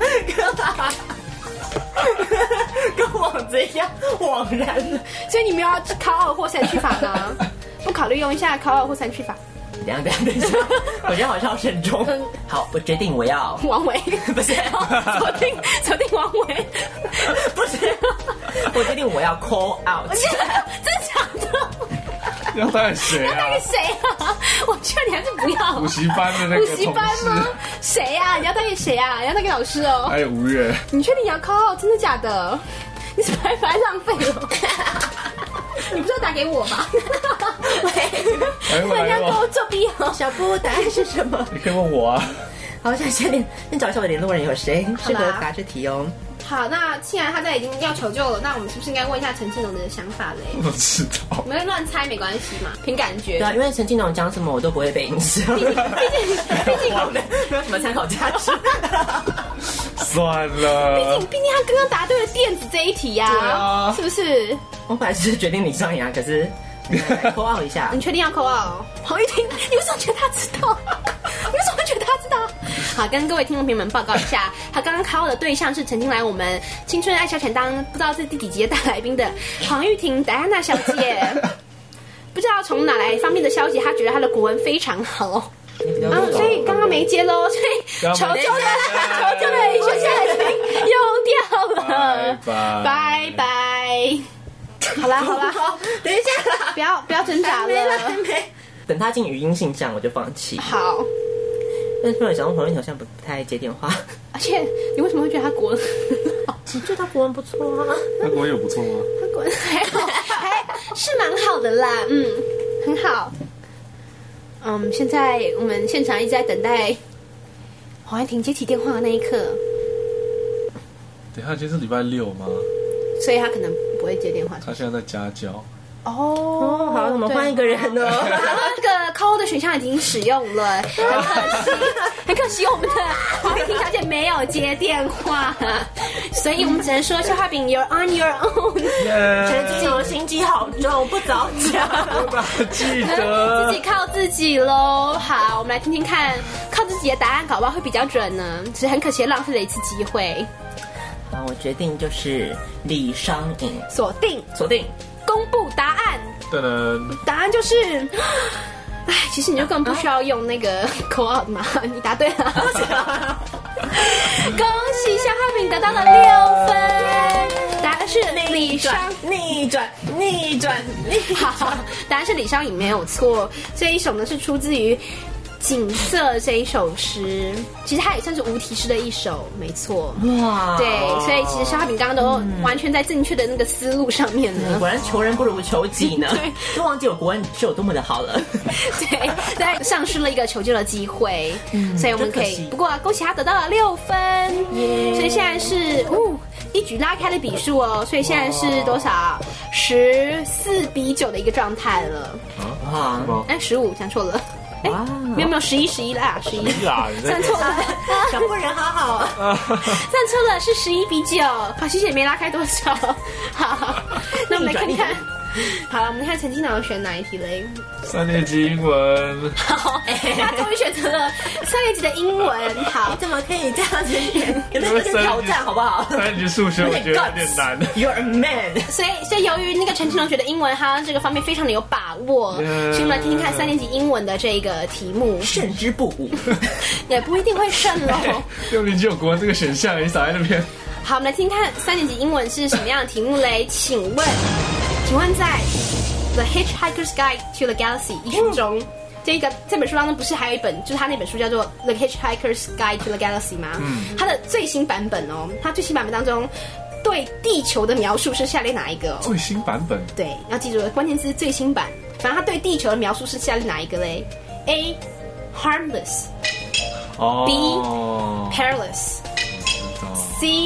跟王子一样惘然了， 所以你们要考2或3去法吗？不考虑用一下考2或3去法？ 等一下，我觉得好像要慎重。好，我决定我要王维， 不是锁定王维， 不是，我决定我要 call out。 真的假的？ 要带谁啊？ 要带给谁啊？我觉得你还是不要。 补习班的那个补习班吗？谁啊？你要带给谁啊？你要带给老师哦。 还有吴越。 你确定你要 call out？真的假的？你是白浪费了。你不是要打给我吗？ 人家给我作弊哦。 小布，答案是什么？ 你可以问我啊。 好，先找一下我的联络人有谁适合答这题哦。 好，那既然他在已经要求救了，那我们是不是应该问一下陈庆龙的想法嘞？ 我知道， 我们乱猜没关系嘛，凭感觉。 对啊，因为陈庆龙讲什么我都不会被影响，毕竟没有什么参考价值。 算了， 毕竟他刚刚答对了电子这一题呀， 对啊， 是不是？ 我本来是决定李商隐啊，可是扣out一下。 你确定要扣out？黄玉婷，你为什么觉得他知道？你为什么会觉得他知道？好，跟各位听众朋友们报告一下，他刚刚考的对象是曾经来我们青春爱消遣当不知道是第几集的大来宾的黄玉婷戴安娜小姐。不知道从哪来方面的消息，她觉得她的国文非常好。所以刚刚没接喽，所以求救的一学下已经用掉了，拜拜。好啦， 等一下， 不要挣扎了， 没。等他进语音信箱，我就放弃。 好。 但突然想到黄玉婷好像不太爱接电话， 而且你为什么会觉得他国文好？ 其实觉得他国文不错啊。 他国文有不错吗？ 他国文还好，还是蛮好的啦，很好。现在我们现场一直在等待黄安婷接起电话的那一刻。 等一下，今天是礼拜6吗？ 所以他可能不会接电话。 他现在在家教。 哦， 好，我们换一个人哦。 这个 call 的选项已经使用了，很可惜，我们的黄玉婷小姐没有接电话，所以我们只能说消化饼 you're on your own。 陈金龙心机好重，不早讲， 记得自己靠自己喽。好，我们来听听看，靠自己的答案搞不好会比较准呢，只是很可惜浪费了一次机会。 好，我决定就是李商隐， 锁定。公布答案，答案就是，其实你就根本不需要用那个口号嘛，你答对了，恭喜消化饼得到了6分，答案是李商逆转， 好，答案是李商隐没有错，这一首呢是出自于景色这一首诗，其实它也算是无题诗的一首，没错。哇，对，所以其实消化饼刚刚都完全在正确的那个思路上面了。 果然求人不如求己呢， 对， 都忘记我国文是有多么的好了。 对，丧失了一个求救的机会，所以我们可以，不过恭喜他得到了6分，所以现在是一举拉开了比数哦，所以现在是多少？14-9的一个状态了。 哇 ，15讲错了。哇，没有11啦，11 啦， 算错了， 小妇人好， 算错了是11-9，好，谢谢没拉开多少，好，那我们来看看，好，我们看陈金龙选哪一题嘞？ 3年级英文， 好，他终于选择了 3年级的英文，好你，怎么可以这样子选？有没有一点挑战好不好 3年级数学我觉得有点难。 You're a man。 所以由于那个陈庆同学的英文，他这个方面非常的有把握，所以我们来听听看3年级英文的这个题目， 胜之不武， 也不一定会胜咯。 6年级有国文这个选项，你撒在那边。 好，我们来听看3年级英文是什么样的题目嘞？请问在《The Hitchhiker's Guide to the Galaxy》一书中，这本书当中不是还有一本，就是他那本书叫做《The Hitchhiker's Guide to the Galaxy》吗？它的最新版本哦，它最新版本当中对地球的描述是下列哪一个？ 最新版本， 对，要记住了，关键字最新版。反正它对地球的描述是下列哪一个嘞 ？A. Harmless。B. Perilous。C.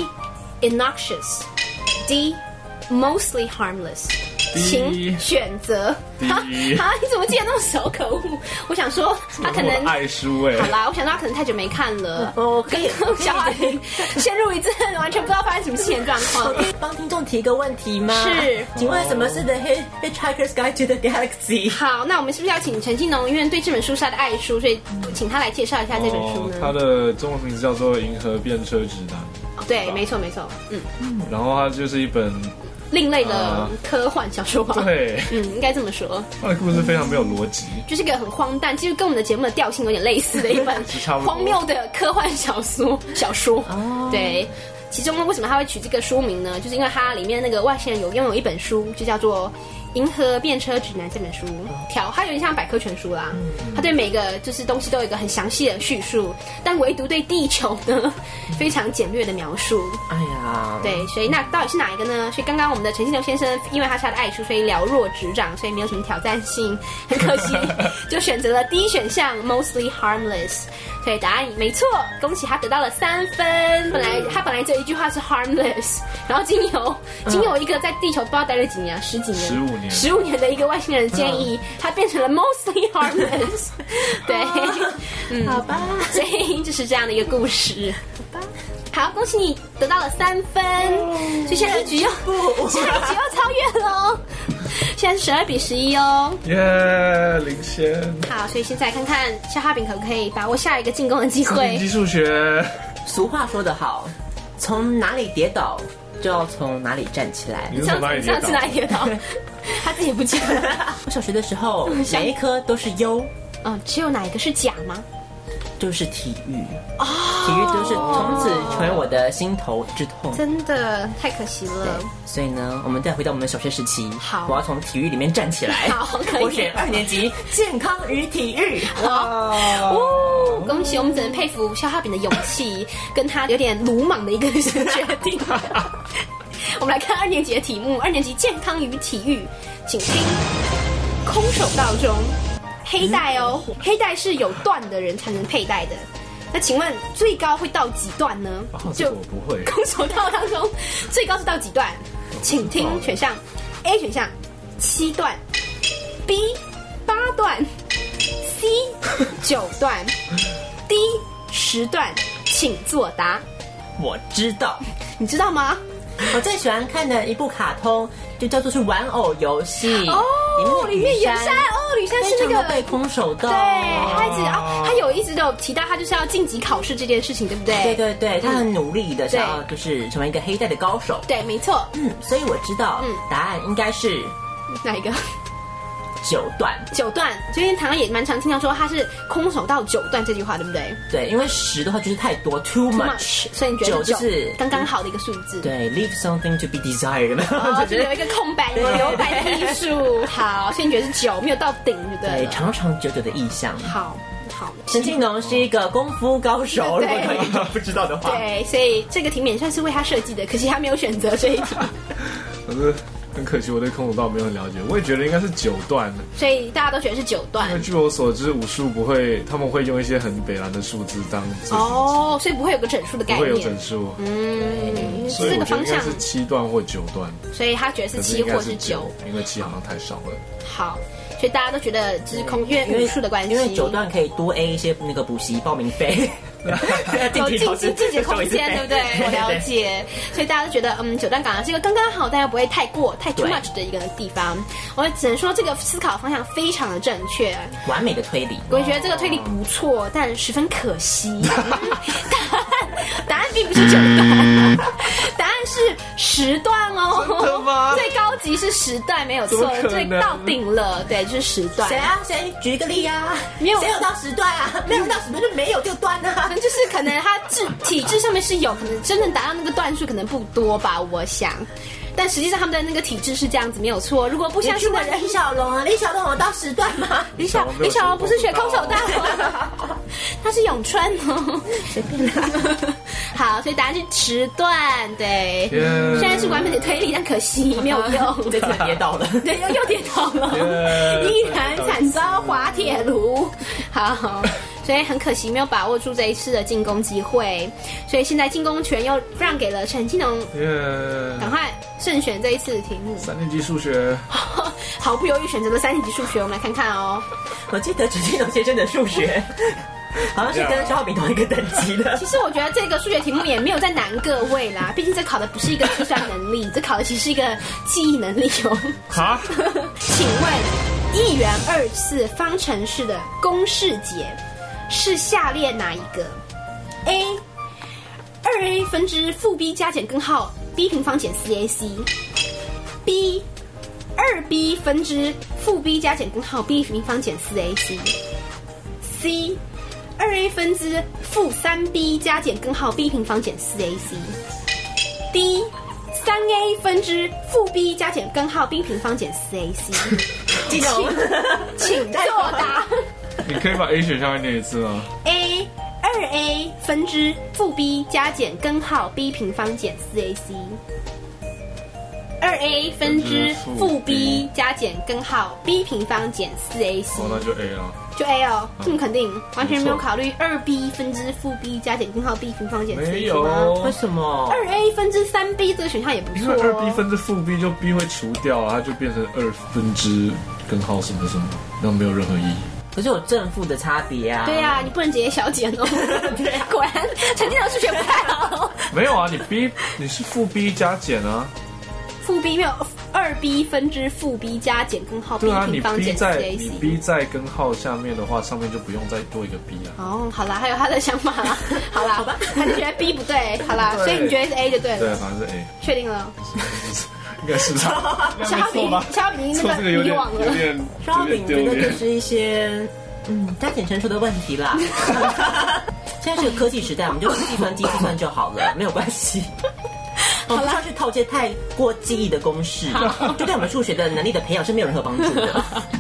Innoxious。D. Mostly harmless。请选择。啊，你怎么记得那么熟？可恶！我想说他可能爱书哎。 好啦，我想说他可能太久没看了。可以消化屏陷入一阵完全不知道发生什么事情的状况。 可以帮听众提个问题吗？ 是， 请问什么是 The Hitchhiker's Guide to the Galaxy？ 好，那我们是不是要请陈庆农，因为对这本书是他的爱书，所以请他来介绍一下这本书呢？ 它的中文名字叫做《银河便车指南》。 对，没错。 然后它就是一本另类的科幻小说吧。 对， 应该这么说。 它的故事非常没有逻辑， 就是一个很荒诞，其实跟我们的节目的调性有点类似的一本荒谬的科幻小说。对。其中呢，为什么他会取这个书名呢？就是因为它里面那个外星人拥有一本书，就叫做《银河便车指南》这本书，它有点像百科全书啦。它对每个就是东西都有一个很详细的叙述，但唯独对地球呢，非常简略的描述。 哎呀， 对，所以那到底是哪一个呢？所以刚刚我们的陈庆龙先生，因为他是他的爱书，所以了若指掌，所以没有什么挑战性，很可惜，就选择了第一选项 ，mostly harmless。所以答案没错，恭喜他得到了3分。他本来这一句话是 harmless， 然后经由一个在地球不知道待了几年，10几年，15年的一个外星人建议，他变成了 mostly harmless。对， 好吧， 所以就是这样的一个故事。好，恭喜你得到了3分，所以现在一局又超越了哦，现在是12-11哦， 领先。 好，所以现在看看消化饼可不可以把握下一个进攻的机会。 基数学， 俗话说得好，从哪里跌倒就要从哪里站起来。 你是从哪里跌倒？ 上次哪里跌倒？他自己不记得。 我小学的时候，每一科都是优。 只有哪一个是甲吗？ 就是体育体育就是从此成为我的心头之痛， 真的太可惜了。 所以呢，我们再回到我们的小学时期， 好， 我要从体育里面站起来。 好，可以。 我选2年级健康与体育。 好，恭喜！我们只能佩服消化饼的勇气，跟他有点鲁莽的一个决定。我们来看2年级的题目，2年级健康与体育，请听：空手道中。黑带哦，黑带是有段的人才能佩戴的。那请问最高会到几段呢？ 这我不会。 空手道当中最高是到几段？请听选项 ：A 选项7段 ，B 8段 ，C 9段 ，D 10段。请作答。 我知道， 你知道吗？ 我最喜欢看的一部卡通就叫做是玩偶游戏哦，里面远山吕珊是那个被空手道， 对，他有一直都有提到他就是要晋级考试这件事情，对不对？ 对，他很努力的想要就是成为一个黑带的高手。 对，没错。 所以我知道答案应该是哪一个 ？9段， 最近常常也蛮常听到说他是空手道9段这句话，对不对？ 对，因为10的话就是太多 ，too much， 所以你觉得 9就是刚刚好的一个数字。 对 ，leave something to be desired， 就有一个空白，留白的艺术。好，所以你觉得是9，没有到顶，对， 长长久久的意象。 好， 陈庆农是一个功夫高手，如果观众不知道的话， 对，所以这个题目也算是为他设计的，可惜他没有选择这一题。 可是很可惜，我对空手道没有很了解，我也觉得应该是9段， 所以大家都觉得是9段。 因为据我所知，武术不会，他们会用一些很北蓝的数字当所以不会有个整数的概念， 不会有整数。所以这个方向是7段或9段， 所以他觉得是7或是9， 因为7好像太少了。 好， 所以大家都觉得就是因为武术的关系， 因为9段可以多 A 一些那个补习报名费。 有自己空间，对不对？我了解，所以大家都觉得9段港是一个刚刚好，但又不会太过太 too much 的一个地方。我只能说这个思考方向非常的正确， 完美的推理。 我觉得这个推理不错，但十分可惜，答案并不是9段，答案是10段哦。 真的吗？ 最高级是10段，没有错，最到顶了，对，就是10段。 谁啊？谁举一个例啊？ 没有， 谁有到10段啊？没有到10段就没有这个段啊。 就是可能他体质上面是有，可能真正达到那个段数可能不多吧，我想。但实际上他们的那个体质是这样子，没有错。如果不相信的人， 李小龙啊，李小龙有到10段吗？ 李小龙不是学空手道吗？他是咏春哦，随便啦。好，所以答案是10段，对。虽然是完美的推理，但可惜没有用。 这次跌倒了， 对，又跌倒了，依然惨遭滑铁卢。好。所以很可惜没有把握住这一次的进攻机会，所以现在进攻权又让给了陈金龙，赶快慎选这一次的题目。 3年级数学， 毫不犹豫选择了3年级数学，我们来看看哦。 我记得陈金龙先生的数学好像是跟肖浩炳同一个等级的。 其实我觉得这个数学题目也没有在难各位啦，毕竟这考的不是一个计算能力，这考的其实是一个记忆能力哦。 哈？ 请问1元2次方程式的公式解是下列哪一个 ？A 2a 分之负 b 加减根号 b 平方减 4ac B 2b 分之负 b 加减根号 b 平方减 4ac C 2a 分之负 3b 加减根号 b 平方减 4ac D 3a 分之负 b 加减根号 b 平方减 4ac 请作答。 你可以把 A 选项再念一次吗 ？A 2a 分之负 b 加减根号 b 平方减 4ac 2a 分之负 b 加减根号 b 平方减 4ac 哦，那就 A 了。 就 A 哦，这么肯定，完全没有考虑2b 分之负 b 加减根号 b 平方减 4ac 吗？ 为什么 ？2a 分之3b 这个选项也不错因为2b 分之负 b 就 b 会除掉啊，它就变成2分之根号什么什么，那没有任何意义。 可是有正负的差别啊。 对啊，你不能直接小减哦。对啊，果然陈金龙数学不太好。 没有啊，你是负 b 加减啊。 负 b 没有2b 分之负 b 加减根号 b 平方减 4ac。 你 b 在根号下面的话，上面就不用再多一个 b 啊。 哦，好啦，还有他的想法啦。好啦，好吧，他就觉得 b 不对，好啦，所以你觉得是 A 就对了。 对，反正是 A。 确定了。 应该是吧。 肖浩炳那个遗忘了。 肖浩炳觉得就是一些加减乘除的问题啦。现在是个科技时代，我们就用计算机计算就好了，没有关系。我不需要去套这些太过记忆的公式，就对我们数学的能力的培养是没有任何帮助的。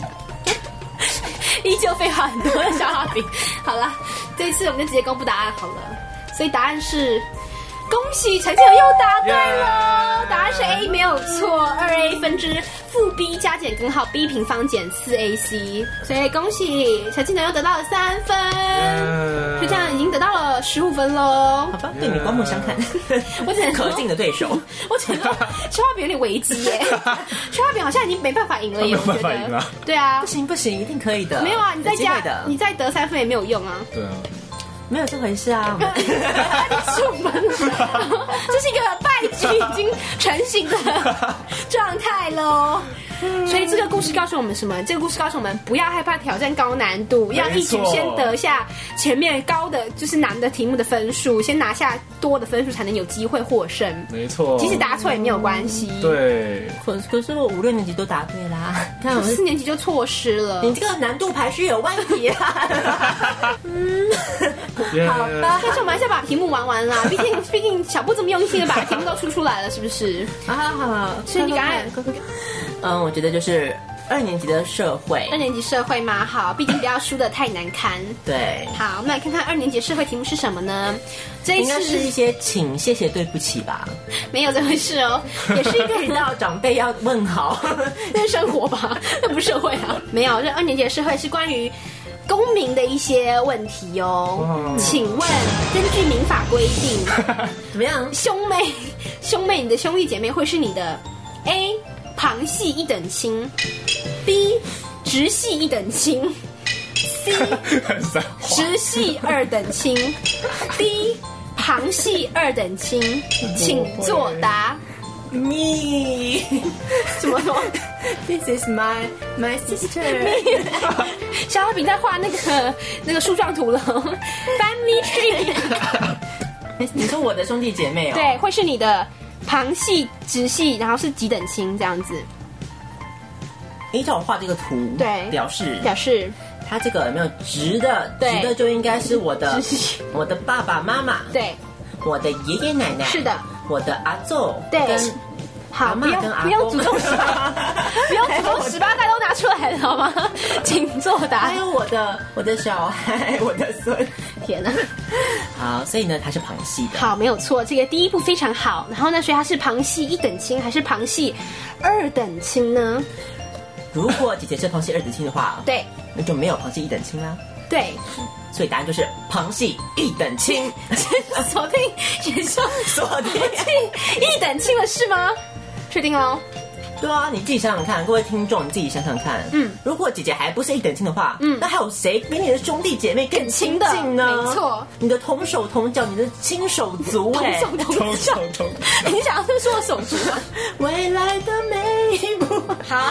依旧废话很多的肖浩炳。好了，这一次我们就直接公布答案好了。所以答案是，恭喜陈金龙又答对了，答案是 A 没有错，2a 分之负 b 加减根号 b 平方减 4ac， 所以恭喜陈金龙又得到了3分，就这样已经得到了15分喽。 好吧，对你刮目相看， 我只能说可敬的对手。 我只能说肖浩炳有点危机耶，肖浩炳好像已经没办法赢了耶，我觉得。对啊， 不行，一定可以的。 没有啊，你再得3分也没有用啊。 对啊。 没有这回事啊！ 10分，这是一个败局已经成型的状态喽。所以这个故事告诉我们什么？这个故事告诉我们不要害怕挑战高难度，要一举先得下前面高的就是难的题目的分数，先拿下多的分数才能有机会获胜。 没错， 即使答错也没有关系。 对， 可是我5、6年级都答对啦，看我 4年级就错失了。 你这个难度排序有问题啊！ 好吧，但是我们还是要把题目玩完啦。毕竟小布这么用心的把题目都出来了，是不是？ 好， 所以你赶快。 我觉得就是2年级的社会。 2年级社会嘛，好，毕竟不要输得太难堪。 对， 好，我们来看看2年级社会题目是什么呢？这一次应该是一些请、谢谢、对不起吧？ 没有这回事哦，也是一个遇到长辈要问好， 那是生活吧，那不是社会啊。没有，这2年级的社会是关于公民的一些问题哦。请问，根据民法规定， 怎么样？ 兄妹，你的兄弟姐妹会是你的 A 旁系一等亲 ，B 直系1等亲 ，C 直系2等亲 ，D 旁系2等亲，请作答。 Me， 怎么说 ？This is my sister。 小花饼在画那个树状图了 ，Family tree。 你说我的兄弟姐妹哦？ 对，会是你的旁系、直系，然后是几等亲这样子。 依照我画这个图， 对， 表示它这个有没有直的？直的就应该是我的爸爸妈妈， 对， 我的爷爷奶奶， 是的， 我的阿祖， 对。好， 不用祖宗18，不用祖宗18代都拿出来了好吗？请作答。 还有我的小孩，我的孙。 天哪！ 好，所以呢，它是旁系的。 好，没有错，这个第一步非常好。然后呢，所以它是旁系1等亲还是旁系2等亲呢？ 如果姐姐是旁系2等亲的话， 对， 那就没有旁系1等亲啦。 对， 所以答案就是旁系1等亲。 锁定选项， 锁定 1等亲了是吗？确定哦。 对啊，你自己想想看，各位听众，你自己想想看，如果姐姐还不是1等亲的话，那还有谁比你的兄弟姐妹更亲近呢？ 没错， 你的同手同脚，你的亲手足， 同手同脚，你想要是说手足吗？ 未来的每一步， 好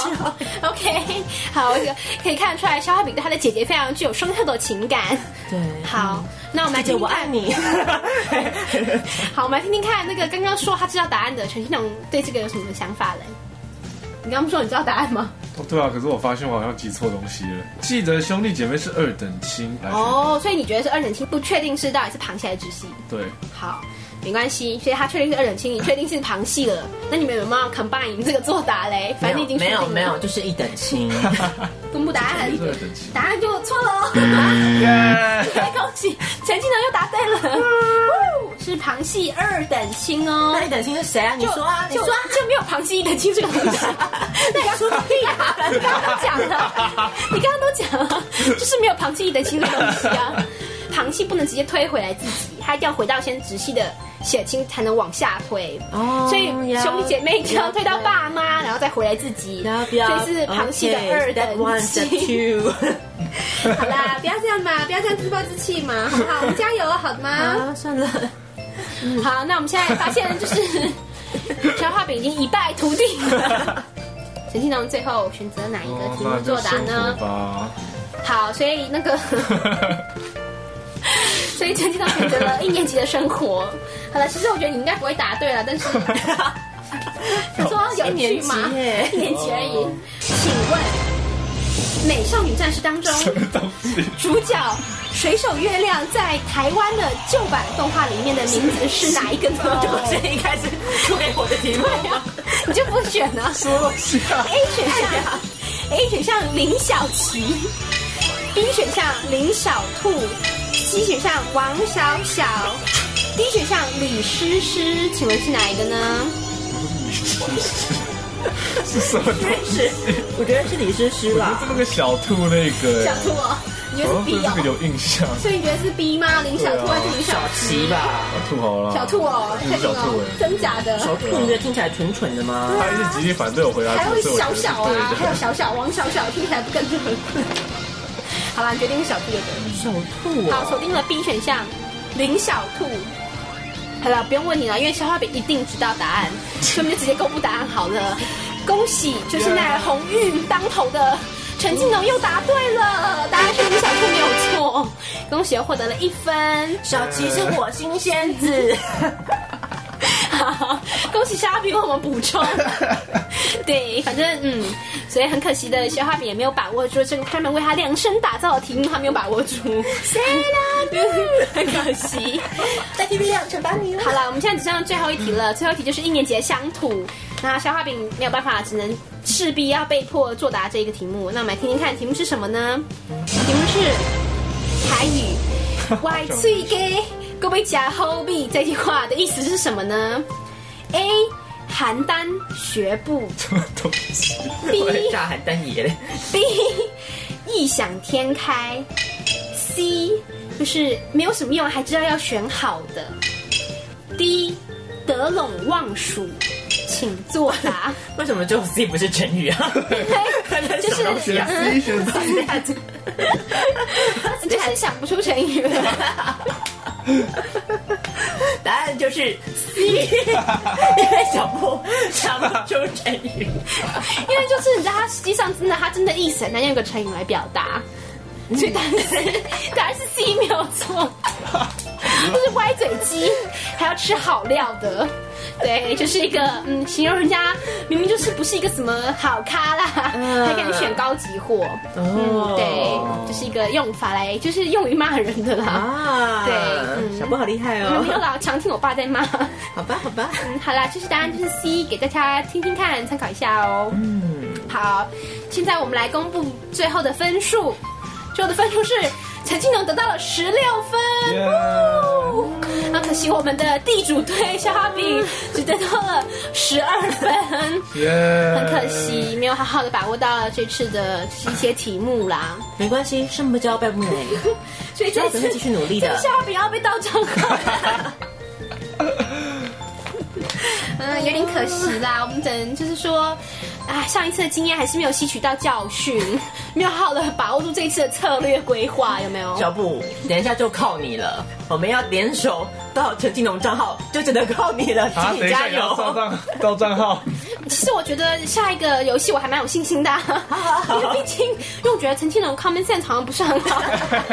，OK， 好，可以看得出来，小花饼对他的姐姐非常具有深刻的情感。 对， 好，那我们来听听看， 姐姐我爱你。 好，我们来听听看，那个刚刚说他知道答案的陈信农对这个有什么想法嘞？你刚刚不说你知道答案吗？ 对啊，可是我发现我好像记错东西了。记得兄弟姐妹是2等亲。 哦，所以你觉得是2等亲，不确定是到底是旁系还是直系？ 对。 好，没关系，所以他确定是2等亲，你确定是旁系了。那你们有没有 combine 这个作答嘞？反正你已经确定了。 没有，就是1等亲。 公布答案，答案就错了哦。恭喜陈金龙又答对了，是旁系2等亲哦。 那1等亲是谁啊？你说啊， 就没有旁系1等亲这个东西。那你说屁呀！你刚刚都讲了，就是没有旁系1等亲这个东西啊。旁系不能直接推回来自己，他一定要回到先直系的血亲才能往下推。哦，所以兄弟姐妹一定要推到爸妈，然后再回来自己。所以是旁系的2等亲。好啦，不要这样嘛，不要这样自暴自弃嘛，好不好？我们加油，好的吗？ 算了。 好，那我们现在发现就是消化饼已经一败涂地了。陈庆龙最后选择哪一个题目作答呢？好，所以所以陈庆龙选择了1年级的生活。好了，其实我觉得你应该不会答对了，但是你说有趣吗？1年级而已。请问《美少女战士》当中主角水手月亮在台湾的旧版动画里面的名字是哪一个呢？这不是一开始出给我的题目吗？你就不选啊？说 A 选项林小琪，B 选项林小兔，C 选项王小小，D 选项李诗诗，请问是哪一个呢？ 是什么东西？ 我觉得是李诗诗吧。 是那个小兔那个。 小兔哦，你觉得是 B 哦？ 这个有印象。 所以你觉得是 B 吗？林小兔还是林小琪吧？ 小兔好了。 小兔哦， 是小兔哎， 真假的？ 小兔你觉得听起来蠢蠢的吗？ 他一直极力反对我回答。 还有小小啊，还有小小王小小，听起来不更蠢？好啦，你决定是小兔就对了。 小兔好，锁定了 B 选项林小兔。好了，不用问你了，因为消化饼一定知道答案，所以我们就直接公布答案好了。恭喜，就是那鸿运当头的陈金龙又答对了，答案是林小兔没有错，恭喜又获得了1分。 小琪是火星仙子。 好，恭喜消化饼为我们补充。对，反正所以很可惜的，消化饼也没有把握住这个他们为他量身打造的题目，他没有把握住。谁啦？很可惜， 在 TV 亮惩罚你了。 好了，我们现在只剩下最后一题了，最后一题就是1年级的乡土。那消化饼没有办法，只能势必要被迫作答这个题目。那我们来听听看，题目是什么呢？题目是台语“歪嘴鸡”。各位加后壁这句话的意思是什么呢 ？A. 邯郸学步， 什么东西 ？B. 炸邯郸爷嘞 ？B. 异想天开 ？C. 就是没有什么用，还知道要选好的。D. 得陇望蜀请作答。 为什么就 C 不是成语啊？ 就是什么东西啊选 C 选 C， 就是想不出成语了。 答案就是 C， 因为小布想不出成语， 因为就是你知道，他实际上他真的意思很难用一个成语来表达，所以答案是 C 没有错，就是歪嘴鸡，还要吃好料的。对，就是一个形容人家明明就是不是一个什么好咖啦，还给你选高级货。对，就是一个用法来，就是用于骂人的啦。啊，对， 小布好厉害哦。 没有啦，常听我爸在骂。 好吧，好吧。 好啦，就是答案就是 C， 给大家听听看，参考一下哦。好，现在我们来公布最后的分数。最后的分数是陈金龙得到了16分，那可惜我们的地主队消化饼只得到了12分，很可惜没有好好的把握到这次的一些题目啦。 没关系，胜不骄败不馁， 所以这次会继续努力的。 这消化饼要被盗账号。有点可惜啦，我们只能就是说，上一次的经验还是没有吸取到教训，没有好好的把握住这一次的策略规划，有没有？ 小布，等一下就靠你了，我们要联手到陈金龙账号，就只能靠你了，请你加油！ 到账号。 其实我觉得下一个游戏我还蛮有信心的，因为毕竟，因为我觉得陈金龙 common sense 好像不是很好。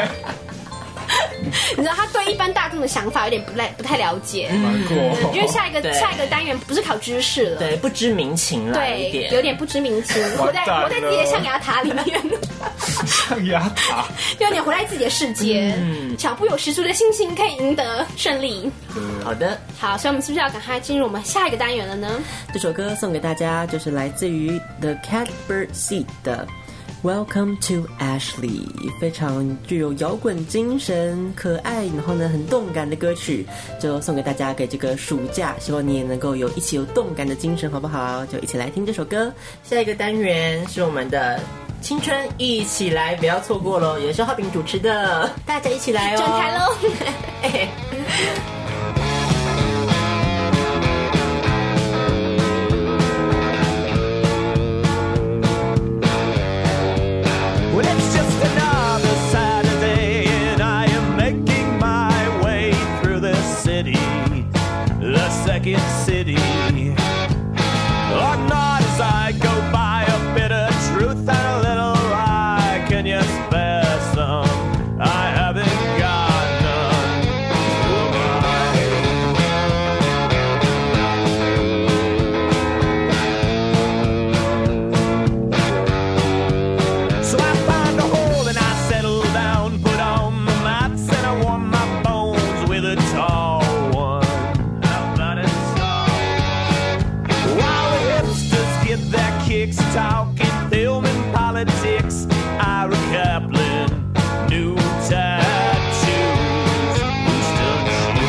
你知道他对一般大众的想法有点不太了解，因为下一个单元不是考知识了， 对，不知民情了， 对，有点不知民情，活在自己的象牙塔里面， 象牙塔， 有点活在自己的世界。小布有十足的信心可以赢得胜利。 好的， 好，所以我们是不是要赶快进入我们下一个单元了呢？ 这首歌送给大家，就是来自于 The Catbird Seed 的Welcome to Ashley， 非常具有摇滚精神、可爱，然后呢很动感的歌曲，就送给大家，给这个暑假，希望你也能够一起有动感的精神，好不好？就一起来听这首歌。下一个单元是我们的青春一起来，不要错过咯，也是浩饼主持的，大家一起来哦， 转台咯。 Second city, or not as I go by a bit of truth and a little lie. Can you spare some? I haven't got none. Who am I? So I found a hole and I settled down, put on the mats and I warmed my bones with a tall one. Get their kicks talking film and politics. Ira Kaplan, new tattoos, Winston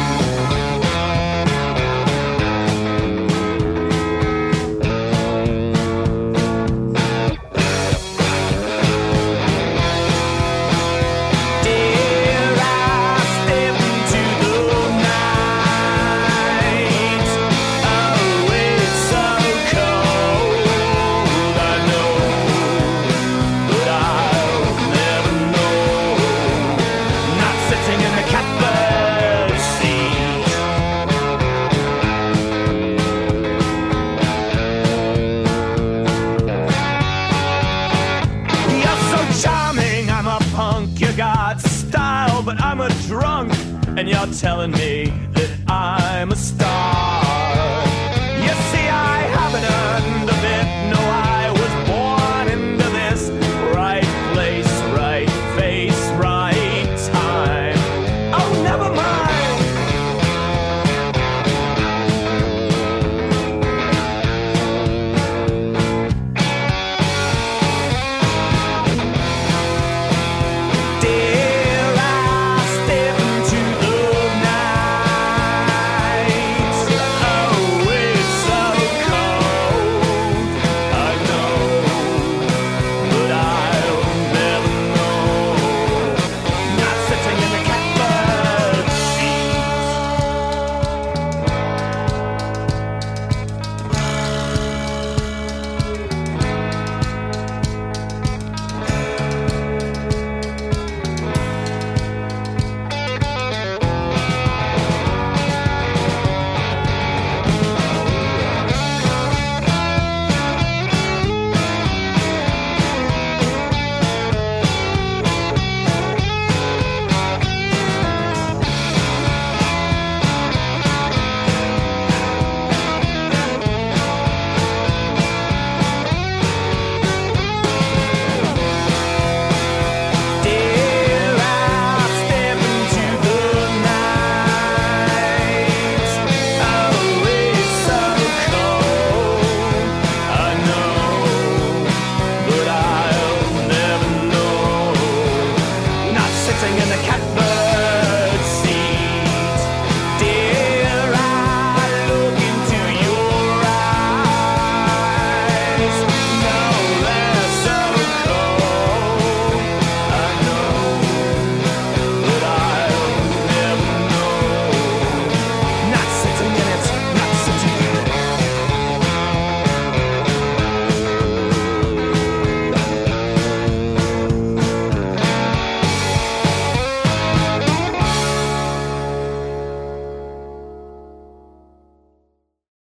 Dare I step into the night? Oh, it's so cold. But I'm a drunk, and you're telling me that I'm a star.